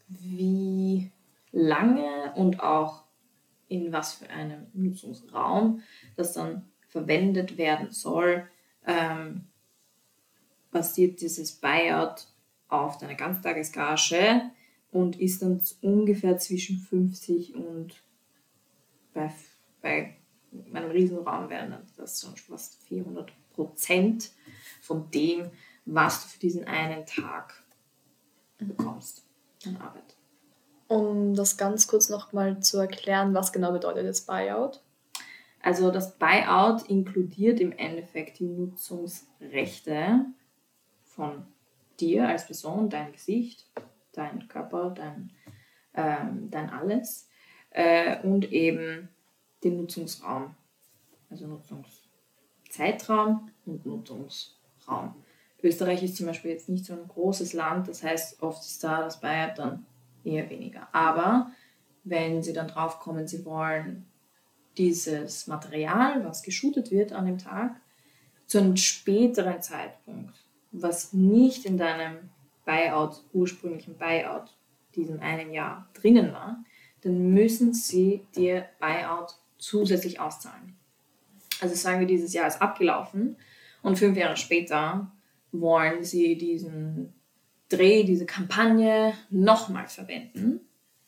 wie lange und auch in was für einem Nutzungsraum das dann verwendet werden soll, ähm, basiert dieses Buyout auf deiner Ganztagesgage und ist dann ungefähr zwischen fünfzig und bei, bei einem Riesenraum wären das schon fast vierhundert Prozent von dem, was du für diesen einen Tag bekommst an Arbeit. Um das ganz kurz nochmal zu erklären, was genau bedeutet das Buyout? Also das Buyout inkludiert im Endeffekt die Nutzungsrechte von dir als Person, dein Gesicht, dein Körper, dein, ähm, dein Alles äh, und eben den Nutzungsraum, also Nutzungszeitraum und Nutzungsraum. Österreich ist zum Beispiel jetzt nicht so ein großes Land, das heißt, oft ist da das Buyout dann eher weniger. Aber wenn sie dann drauf kommen, sie wollen dieses Material, was geshootet wird an dem Tag, zu einem späteren Zeitpunkt, was nicht in deinem Buyout, ursprünglichen Buyout, diesem einen Jahr drinnen war, dann müssen sie dir Buyout zusätzlich auszahlen. Also sagen wir, dieses Jahr ist abgelaufen und fünf Jahre später wollen sie diesen Dreh, diese Kampagne nochmal verwenden,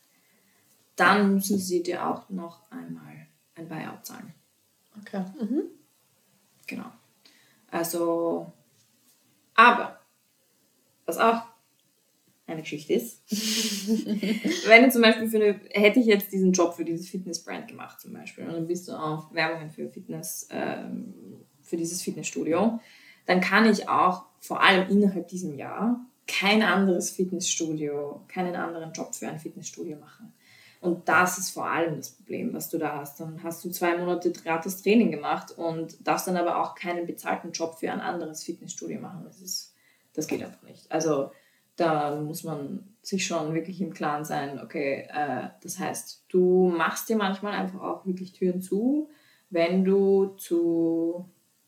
dann müssen sie dir auch noch einmal ein Buyout zahlen. Okay. Mhm. Genau. Also, aber, was auch eine Geschichte ist, wenn du zum Beispiel für eine, hätte ich jetzt diesen Job für dieses Fitnessbrand gemacht zum Beispiel und dann bist du auf Werbungen für Fitness, ähm, für dieses Fitnessstudio, dann kann ich auch vor allem innerhalb diesem Jahr kein anderes Fitnessstudio, keinen anderen Job für ein Fitnessstudio machen. Und das ist vor allem das Problem, was du da hast. Dann hast du zwei Monate gratis Training gemacht und darfst dann aber auch keinen bezahlten Job für ein anderes Fitnessstudio machen. Das ist, das geht einfach nicht. Also da muss man sich schon wirklich im Klaren sein, okay, äh, das heißt, du machst dir manchmal einfach auch wirklich Türen zu, wenn du zu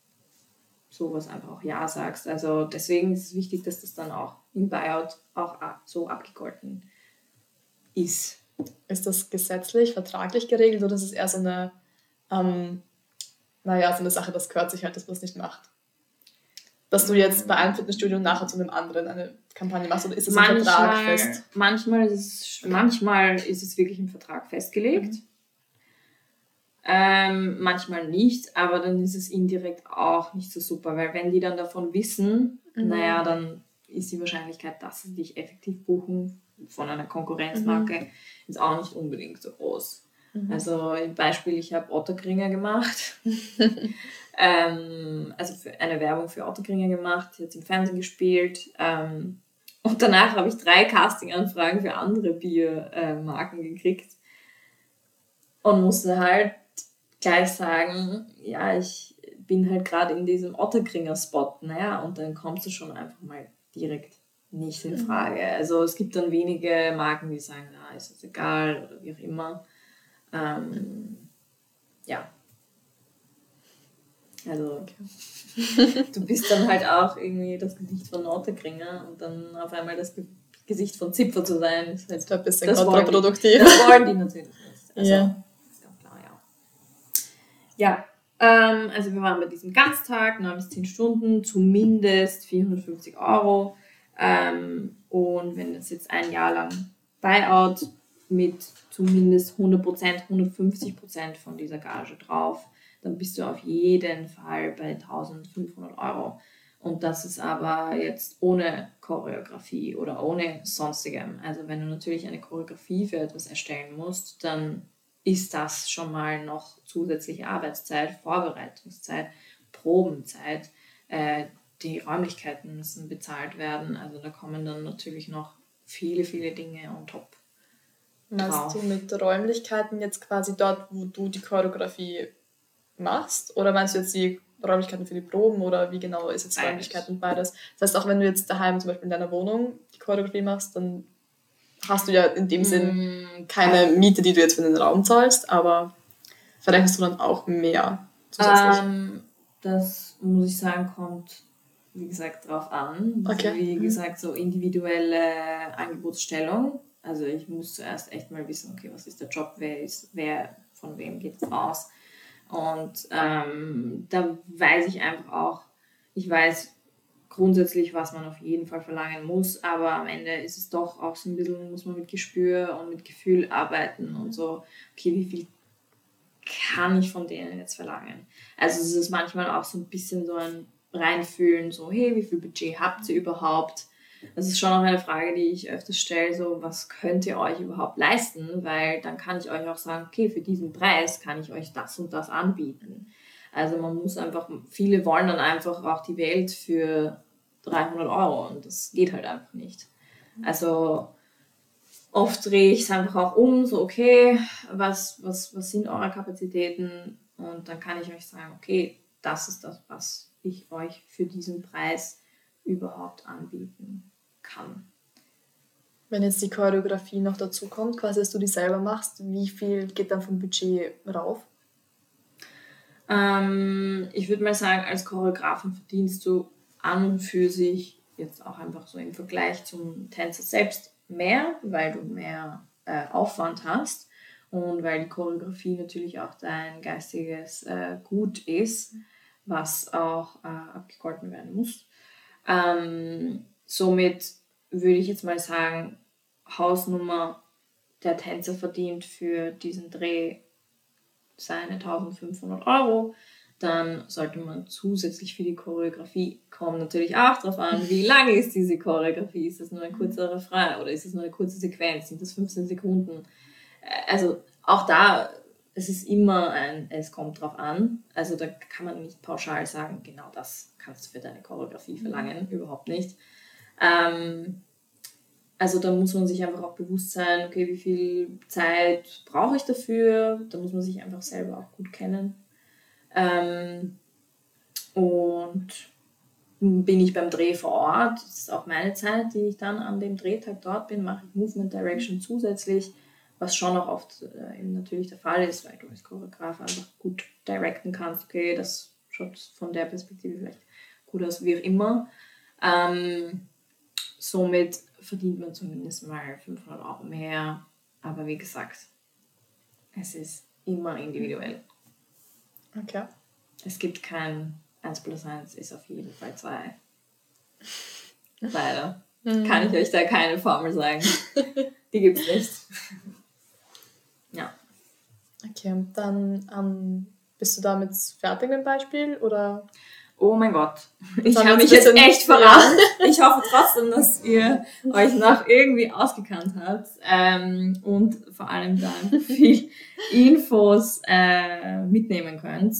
sowas einfach auch Ja sagst. Also deswegen ist es wichtig, dass das dann auch im Buyout auch so abgegolten ist. Ist das gesetzlich, vertraglich geregelt oder ist es eher so eine, ähm, naja, so eine Sache, das gehört sich halt, dass man es nicht macht? Dass du jetzt bei einem Fitnessstudio nachher zu einem anderen eine Kampagne machst oder ist es im Vertrag fest? Manchmal ist es, manchmal ist es wirklich im Vertrag festgelegt. Mhm. Ähm, manchmal nicht, aber dann ist es indirekt auch nicht so super, weil wenn die dann davon wissen, mhm. naja, dann ist die Wahrscheinlichkeit, dass sie dich effektiv buchen von einer Konkurrenzmarke, mhm. ist auch nicht unbedingt so groß. Mhm. Also im Beispiel, ich habe Otterkringer gemacht, ähm, also für eine Werbung für Otterkringer gemacht, jetzt im Fernsehen gespielt ähm, und danach habe ich drei Casting-Anfragen für andere Biermarken äh, gekriegt und musste halt gleich sagen, ja, ich bin halt gerade in diesem Otterkringer-Spot, naja, und dann kommst du schon einfach mal direkt nicht in Frage. Also es gibt dann wenige Marken, die sagen, na, ist das egal oder wie auch immer. Ähm, ja. Also okay. Du bist dann halt auch irgendwie das Gesicht von Otterkringer und dann auf einmal das Ge- Gesicht von Zipfer zu sein, ist halt ein bisschen das kontraproduktiv. Wollen die, das wollen die natürlich nicht. Also, yeah. Ja, ähm, also wir waren bei diesem Ganztag, neun bis zehn Stunden, zumindest vierhundertfünfzig Euro. Ähm, und wenn das jetzt ein Jahr lang Buyout mit zumindest hundert Prozent, hundertfünfzig Prozent von dieser Gage drauf, dann bist du auf jeden Fall bei eintausendfünfhundert Euro. Und das ist aber jetzt ohne Choreografie oder ohne sonstigem. Also wenn du natürlich eine Choreografie für etwas erstellen musst, dann ist das schon mal noch zusätzliche Arbeitszeit, Vorbereitungszeit, Probenzeit. Äh, die Räumlichkeiten müssen bezahlt werden. Also da kommen dann natürlich noch viele, viele Dinge on top. Meinst drauf. du mit Räumlichkeiten jetzt quasi dort, wo du die Choreografie machst? Oder meinst du jetzt die Räumlichkeiten für die Proben oder wie genau ist jetzt Beides. Räumlichkeiten beides? Das heißt, auch wenn du jetzt daheim zum Beispiel in deiner Wohnung die Choreografie machst, dann hast du ja in dem Sinn Mm, keine Miete, die du jetzt für den Raum zahlst, aber verrechnest du dann auch mehr zusätzlich? Ähm, das muss ich sagen, kommt wie gesagt drauf an. Okay. Also, wie Mhm. gesagt, so individuelle Angebotsstellung. Also ich muss zuerst echt mal wissen, okay, was ist der Job, wer ist, wer, von wem geht es aus. Und ähm, da weiß ich einfach auch, ich weiß grundsätzlich, was man auf jeden Fall verlangen muss, aber am Ende ist es doch auch so ein bisschen, muss man mit Gespür und mit Gefühl arbeiten und so, okay, wie viel kann ich von denen jetzt verlangen? Also es ist manchmal auch so ein bisschen so ein Reinfühlen, so hey, wie viel Budget habt ihr überhaupt? Das ist schon auch eine Frage, die ich öfters stelle, so was könnt ihr euch überhaupt leisten? Weil dann kann ich euch auch sagen, okay, für diesen Preis kann ich euch das und das anbieten. Also man muss einfach, viele wollen dann einfach auch die Welt für dreihundert Euro und das geht halt einfach nicht. Also oft drehe ich es einfach auch um, so okay, was, was, was sind eure Kapazitäten? Und dann kann ich euch sagen, okay, das ist das, was ich euch für diesen Preis überhaupt anbieten kann. Wenn jetzt die Choreografie noch dazu kommt, quasi, dass du die selber machst, wie viel geht dann vom Budget rauf? Ähm, ich würde mal sagen, als Choreografin verdienst du an und für sich jetzt auch einfach so im Vergleich zum Tänzer selbst mehr, weil du mehr äh, Aufwand hast und weil die Choreografie natürlich auch dein geistiges äh, Gut ist, was auch äh, abgegolten werden muss. Ähm, somit würde ich jetzt mal sagen, Hausnummer, der Tänzer verdient für diesen Dreh seine eintausendfünfhundert Euro. Dann sollte man zusätzlich für die Choreografie, kommen natürlich auch darauf an, wie lang ist diese Choreografie. Ist das nur ein kurzer Refrain oder ist das nur eine kurze Sequenz? Sind das fünfzehn Sekunden? Also auch da, es ist immer ein, es kommt drauf an. Also da kann man nicht pauschal sagen, genau das kannst du für deine Choreografie verlangen. Mhm. Überhaupt nicht. Ähm, Also da muss man sich einfach auch bewusst sein, okay, wie viel Zeit brauche ich dafür? Da muss man sich einfach selber auch gut kennen. Ähm, und bin ich beim Dreh vor Ort, das ist auch meine Zeit, die ich dann an dem Drehtag dort bin, mache ich Movement Direction zusätzlich, was schon auch oft äh, eben natürlich der Fall ist, weil du als Choreograf einfach gut directen kannst, okay, das schaut von der Perspektive vielleicht gut aus, wie auch immer. Ähm, somit verdient man zumindest mal fünfhundert Euro mehr. Aber wie gesagt, es ist immer individuell. Okay. Es gibt kein eins plus eins ist auf jeden Fall zwei. Leider. Mhm. Kann ich euch da keine Formel sagen. Die gibt es nicht. Ja. Okay, dann ähm, bist du damit fertig mit dem Beispiel, oder? Oh mein Gott, ich habe mich jetzt echt verraten. Ich hoffe trotzdem, dass ihr euch noch irgendwie ausgekannt habt ähm, und vor allem da viel Infos äh, mitnehmen könnt.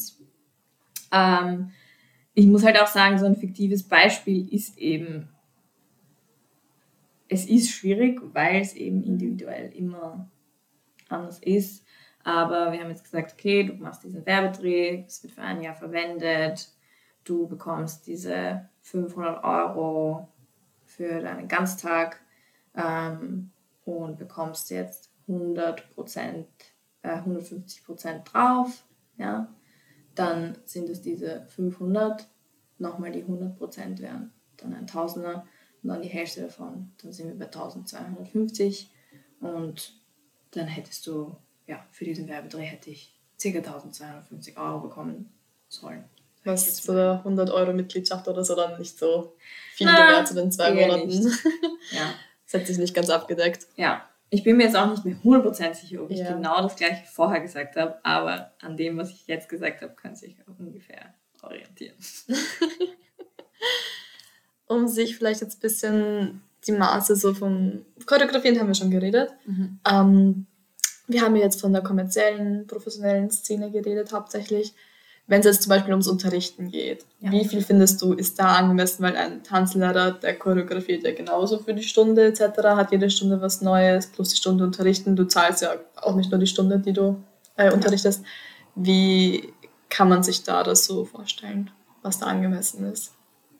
Ähm, ich muss halt auch sagen, so ein fiktives Beispiel ist eben, es ist schwierig, weil es eben individuell immer anders ist. Aber wir haben jetzt gesagt, okay, du machst diesen Werbedreh, es wird für ein Jahr verwendet. Du bekommst diese fünfhundert Euro für deinen Ganztag ähm, und bekommst jetzt hundert Prozent, äh, hundertfünfzig Prozent drauf. Ja? Dann sind es diese fünfhundert, nochmal die hundert Prozent wären dann ein Tausender und dann die Hälfte davon. Dann sind wir bei eintausendzweihundertfünfzig und dann hättest du, ja, für diesen Werbedreh hätte ich ca. eintausendzweihundertfünfzig Euro bekommen sollen. Was zu der hundert Euro Mitgliedschaft oder so dann nicht so viel gewährt zu den zwei Monaten. Ja. Das hat sich nicht ganz abgedeckt. Ja, ich bin mir jetzt auch nicht mehr hundert Prozent sicher, ob ich ja. genau das gleiche vorher gesagt habe, aber an dem, was ich jetzt gesagt habe, kann sich auch ungefähr orientieren. Um sich vielleicht jetzt ein bisschen die Maße so vom Choreografieren haben wir schon geredet. Mhm. Ähm, wir haben jetzt von der kommerziellen, professionellen Szene geredet hauptsächlich. wenn es jetzt zum Beispiel ums Unterrichten geht, ja. Wie viel findest du, ist da angemessen, weil ein Tanzlehrer, der choreografiert ja genauso für die Stunde et cetera, hat jede Stunde was Neues, plus die Stunde unterrichten, du zahlst ja auch nicht nur die Stunde, die du äh, unterrichtest. Ja. Wie kann man sich da das so vorstellen, was da angemessen ist?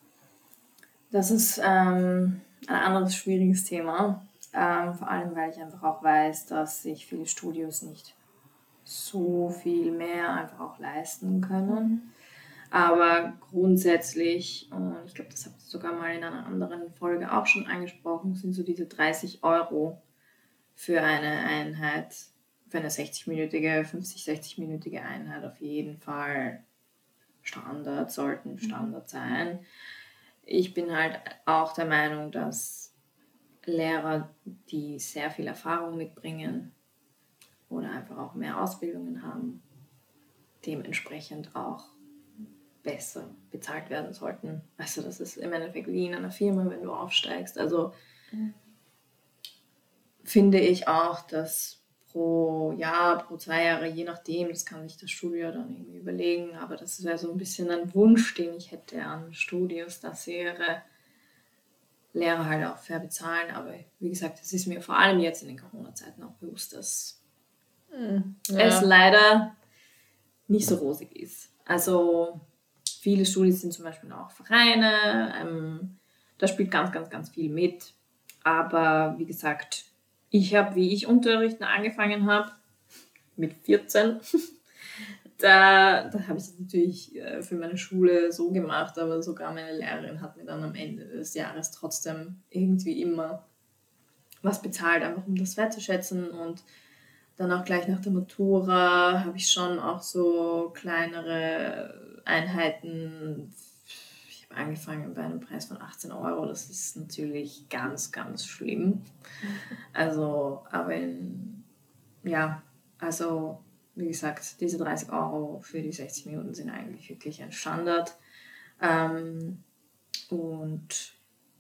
Das ist ähm, ein anderes schwieriges Thema, ähm, vor allem, weil ich einfach auch weiß, dass sich viele Studios nicht so viel mehr einfach auch leisten können. Aber grundsätzlich, und ich glaube, das habt ihr sogar mal in einer anderen Folge auch schon angesprochen, sind so diese dreißig Euro für eine Einheit, für eine sechzig-minütige, fünfzig-, sechzig-minütige Einheit auf jeden Fall Standard, sollten Standard sein. Ich bin halt auch der Meinung, dass Lehrer, die sehr viel Erfahrung mitbringen oder einfach auch mehr Ausbildungen haben, dementsprechend auch besser bezahlt werden sollten. Also das ist im Endeffekt wie in einer Firma, wenn du aufsteigst. Also mhm. finde ich auch, dass pro Jahr, pro zwei Jahre, je nachdem, das kann sich das Studio dann irgendwie überlegen, aber das wäre so ein bisschen ein Wunsch, den ich hätte an Studios, dass sie ihre Lehrer halt auch fair bezahlen. Aber wie gesagt, es ist mir vor allem jetzt in den Corona-Zeiten auch bewusst, dass mhm. ja. es leider nicht so rosig ist. Also viele Studios sind zum Beispiel auch Vereine, ähm, da spielt ganz, ganz, ganz viel mit. Aber wie gesagt, ich habe, wie ich Unterrichten angefangen habe, mit vierzehn, da, da habe ich das natürlich äh, für meine Schule so gemacht, aber sogar meine Lehrerin hat mir dann am Ende des Jahres trotzdem irgendwie immer was bezahlt, einfach um das wertzuschätzen. Und dann auch gleich nach der Matura habe ich schon auch so kleinere Einheiten. Ich habe angefangen bei einem Preis von achtzehn Euro. Das ist natürlich ganz, ganz schlimm. Also, aber in, ja, also wie gesagt, diese dreißig Euro für die sechzig Minuten sind eigentlich wirklich ein Standard. Ähm, und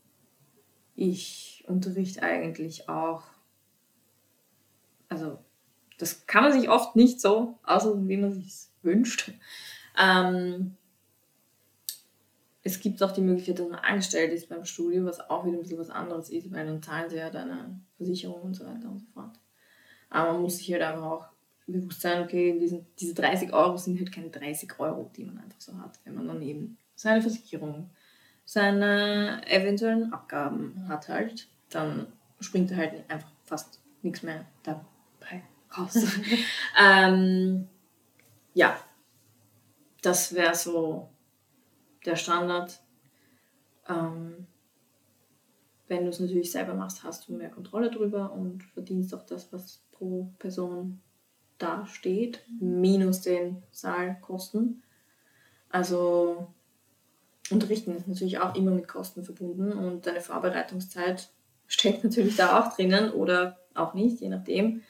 ich unterrichte eigentlich auch, also das kann man sich oft nicht so, außer wie man sich wünscht. Ähm, es gibt auch die Möglichkeit, dass man angestellt ist beim Studio, was auch wieder ein bisschen was anderes ist, weil dann zahlen sie ja deine Versicherung und so weiter und so fort. Aber man muss sich halt einfach auch bewusst sein, okay, diesen, diese dreißig Euro sind halt keine dreißig Euro, die man einfach so hat. Wenn man dann eben seine Versicherung, seine eventuellen Abgaben hat halt, dann springt da halt einfach fast nichts mehr dabei raus. ähm, ja, das wäre so der Standard. Ähm, wenn du es natürlich selber machst, hast du mehr Kontrolle drüber und verdienst auch das, was pro Person da steht, minus den Saalkosten. Also Unterrichten ist natürlich auch immer mit Kosten verbunden und deine Vorbereitungszeit steckt natürlich da auch drinnen oder auch nicht, je nachdem.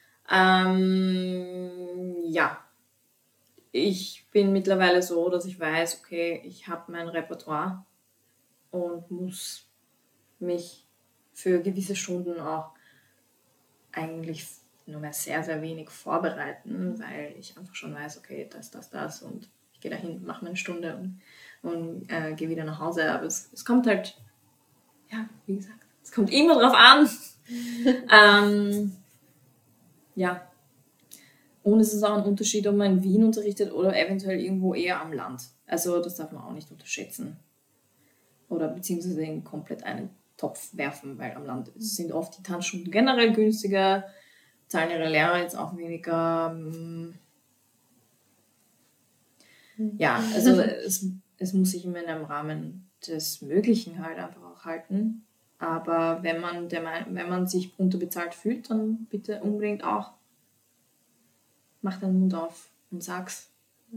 Ähm, ja, ich bin mittlerweile so, dass ich weiß, okay, ich habe mein Repertoire und muss mich für gewisse Stunden auch eigentlich nur mehr sehr, sehr wenig vorbereiten, weil ich einfach schon weiß, okay, das, das, das und ich gehe dahin, mache meine Stunde und, und äh, gehe wieder nach Hause. Aber es, es kommt halt, ja, wie gesagt, es kommt immer drauf an. ähm, ja. Und es ist auch ein Unterschied, ob man in Wien unterrichtet oder eventuell irgendwo eher am Land. Also das darf man auch nicht unterschätzen. Oder beziehungsweise in komplett einen Topf werfen, weil am Land sind oft die Tanzstunden generell günstiger, zahlen ihre Lehrer jetzt auch weniger. Ja, also es, es muss sich immer in einem Rahmen des Möglichen halt einfach auch halten. Aber wenn man, der, wenn man sich unterbezahlt fühlt, dann bitte unbedingt auch mach deinen Mund auf und sag's.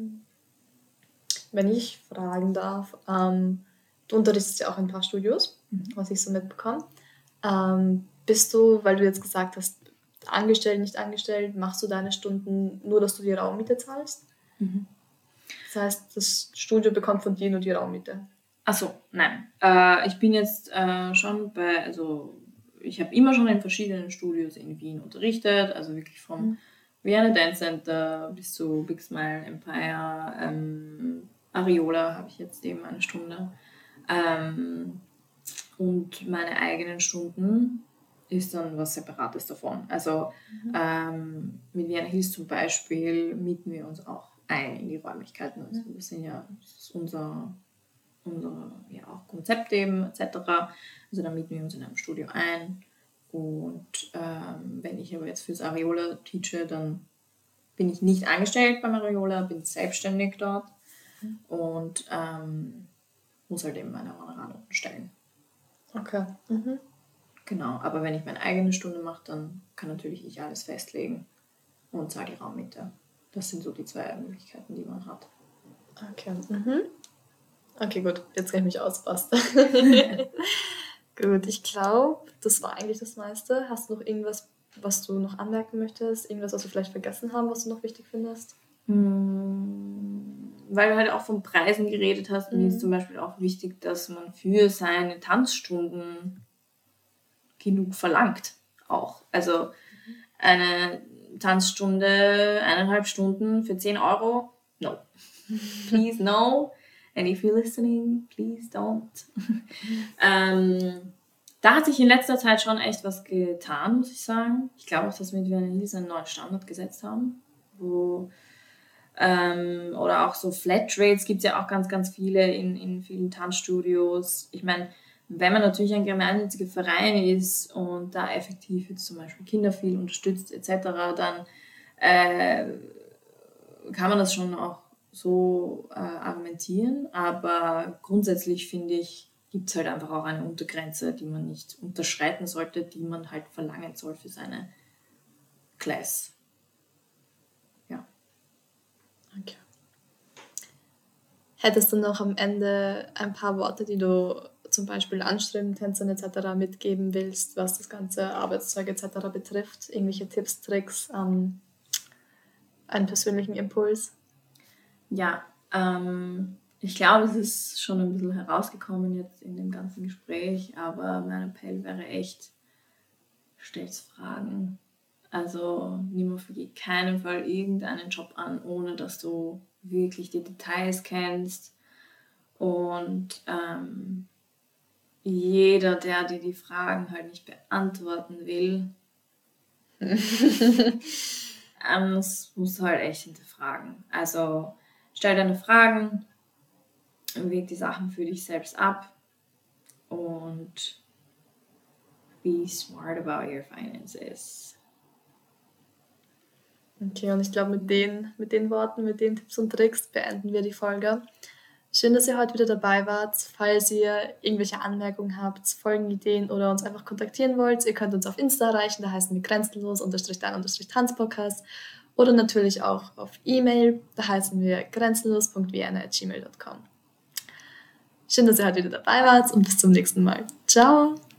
Wenn ich fragen darf, ähm, du unterrichtest ja auch in ein paar Studios, mhm. was ich so mitbekomme. Ähm, bist du, weil du jetzt gesagt hast, angestellt, nicht angestellt, machst du deine Stunden nur, dass du die Raummiete zahlst? Mhm. Das heißt, das Studio bekommt von dir nur die Raummiete? Achso, nein. Äh, ich bin jetzt äh, schon bei, also ich habe immer schon in verschiedenen Studios in Wien unterrichtet, also wirklich vom mhm. Vienna Dance Center bis zu Big Smile, Empire, ähm, Ariola habe ich jetzt eben eine Stunde. Ähm, und meine eigenen Stunden ist dann was Separates davon. Also mhm. ähm, mit Vienna Hills zum Beispiel mieten wir uns auch ein in die Räumlichkeiten. Also wir sind ja, das ist unser, unser ja, auch Konzept eben et cetera. Also da mieten wir uns in einem Studio ein. Und ähm, wenn ich aber jetzt fürs Ariola teache, dann bin ich nicht angestellt beim Ariola, bin selbstständig dort mhm. und ähm, muss halt eben meine Honorarnoten stellen. Okay. Mhm. Genau, aber wenn ich meine eigene Stunde mache, dann kann natürlich ich alles festlegen und zahle die Raummiete. Das sind so die zwei Möglichkeiten, die man hat. Okay. Mhm. Okay, gut. Jetzt kenne ich mich aus. Passt. Gut, ich glaube, das war eigentlich das meiste. Hast du noch irgendwas, was du noch anmerken möchtest? Irgendwas, was wir vielleicht vergessen haben, was du noch wichtig findest? Hm, weil du halt auch von Preisen geredet hast. Mhm. Mir ist zum Beispiel auch wichtig, dass man für seine Tanzstunden genug verlangt. Auch. Also eine Tanzstunde, eineinhalb Stunden für zehn Euro? No. Please no. And if you're listening, please don't. ähm, da hat sich in letzter Zeit schon echt was getan, muss ich sagen. Ich glaube auch, dass wir mit Vienna Hills einen neuen Standard gesetzt haben. Wo, ähm, oder auch so Flatrates gibt es ja auch ganz, ganz viele in, in vielen Tanzstudios. Ich meine, wenn man natürlich ein gemeinnütziger Verein ist und da effektiv jetzt zum Beispiel Kinder viel unterstützt et cetera, dann äh, kann man das schon auch so äh, argumentieren. Aber grundsätzlich finde ich, gibt es halt einfach auch eine Untergrenze, die man nicht unterschreiten sollte, die man halt verlangen soll für seine Class. Ja. Okay. Hättest du noch am Ende ein paar Worte, die du zum Beispiel Anstreben, Tänzern et cetera mitgeben willst, was das ganze Arbeitszeug et cetera betrifft? Irgendwelche Tipps, Tricks, ähm, einen persönlichen Impuls? Ja, ähm, ich glaube, es ist schon ein bisschen herausgekommen jetzt in dem ganzen Gespräch, aber mein Appell wäre echt, stellt Fragen. Also nimm auf keinen Fall irgendeinen Job an, ohne dass du wirklich die Details kennst. Und ähm, jeder, der dir die Fragen halt nicht beantworten will, ähm, das musst du halt echt hinterfragen. Also stell deine Fragen, wäg die Sachen für dich selbst ab und be smart about your finances. Okay, und ich glaube, mit den, mit den Worten, mit den Tipps und Tricks beenden wir die Folge. Schön, dass ihr heute wieder dabei wart. Falls ihr irgendwelche Anmerkungen habt, Folgenideen oder uns einfach kontaktieren wollt, ihr könnt uns auf Insta erreichen, da heißen wir grenzenlos unterstrich dein unterstrich Tanzpodcast oder natürlich auch auf E-Mail, da heißen wir grenzenlos punkt vienna at gmail punkt com. Schön, dass ihr heute wieder dabei wart und bis zum nächsten Mal. Ciao!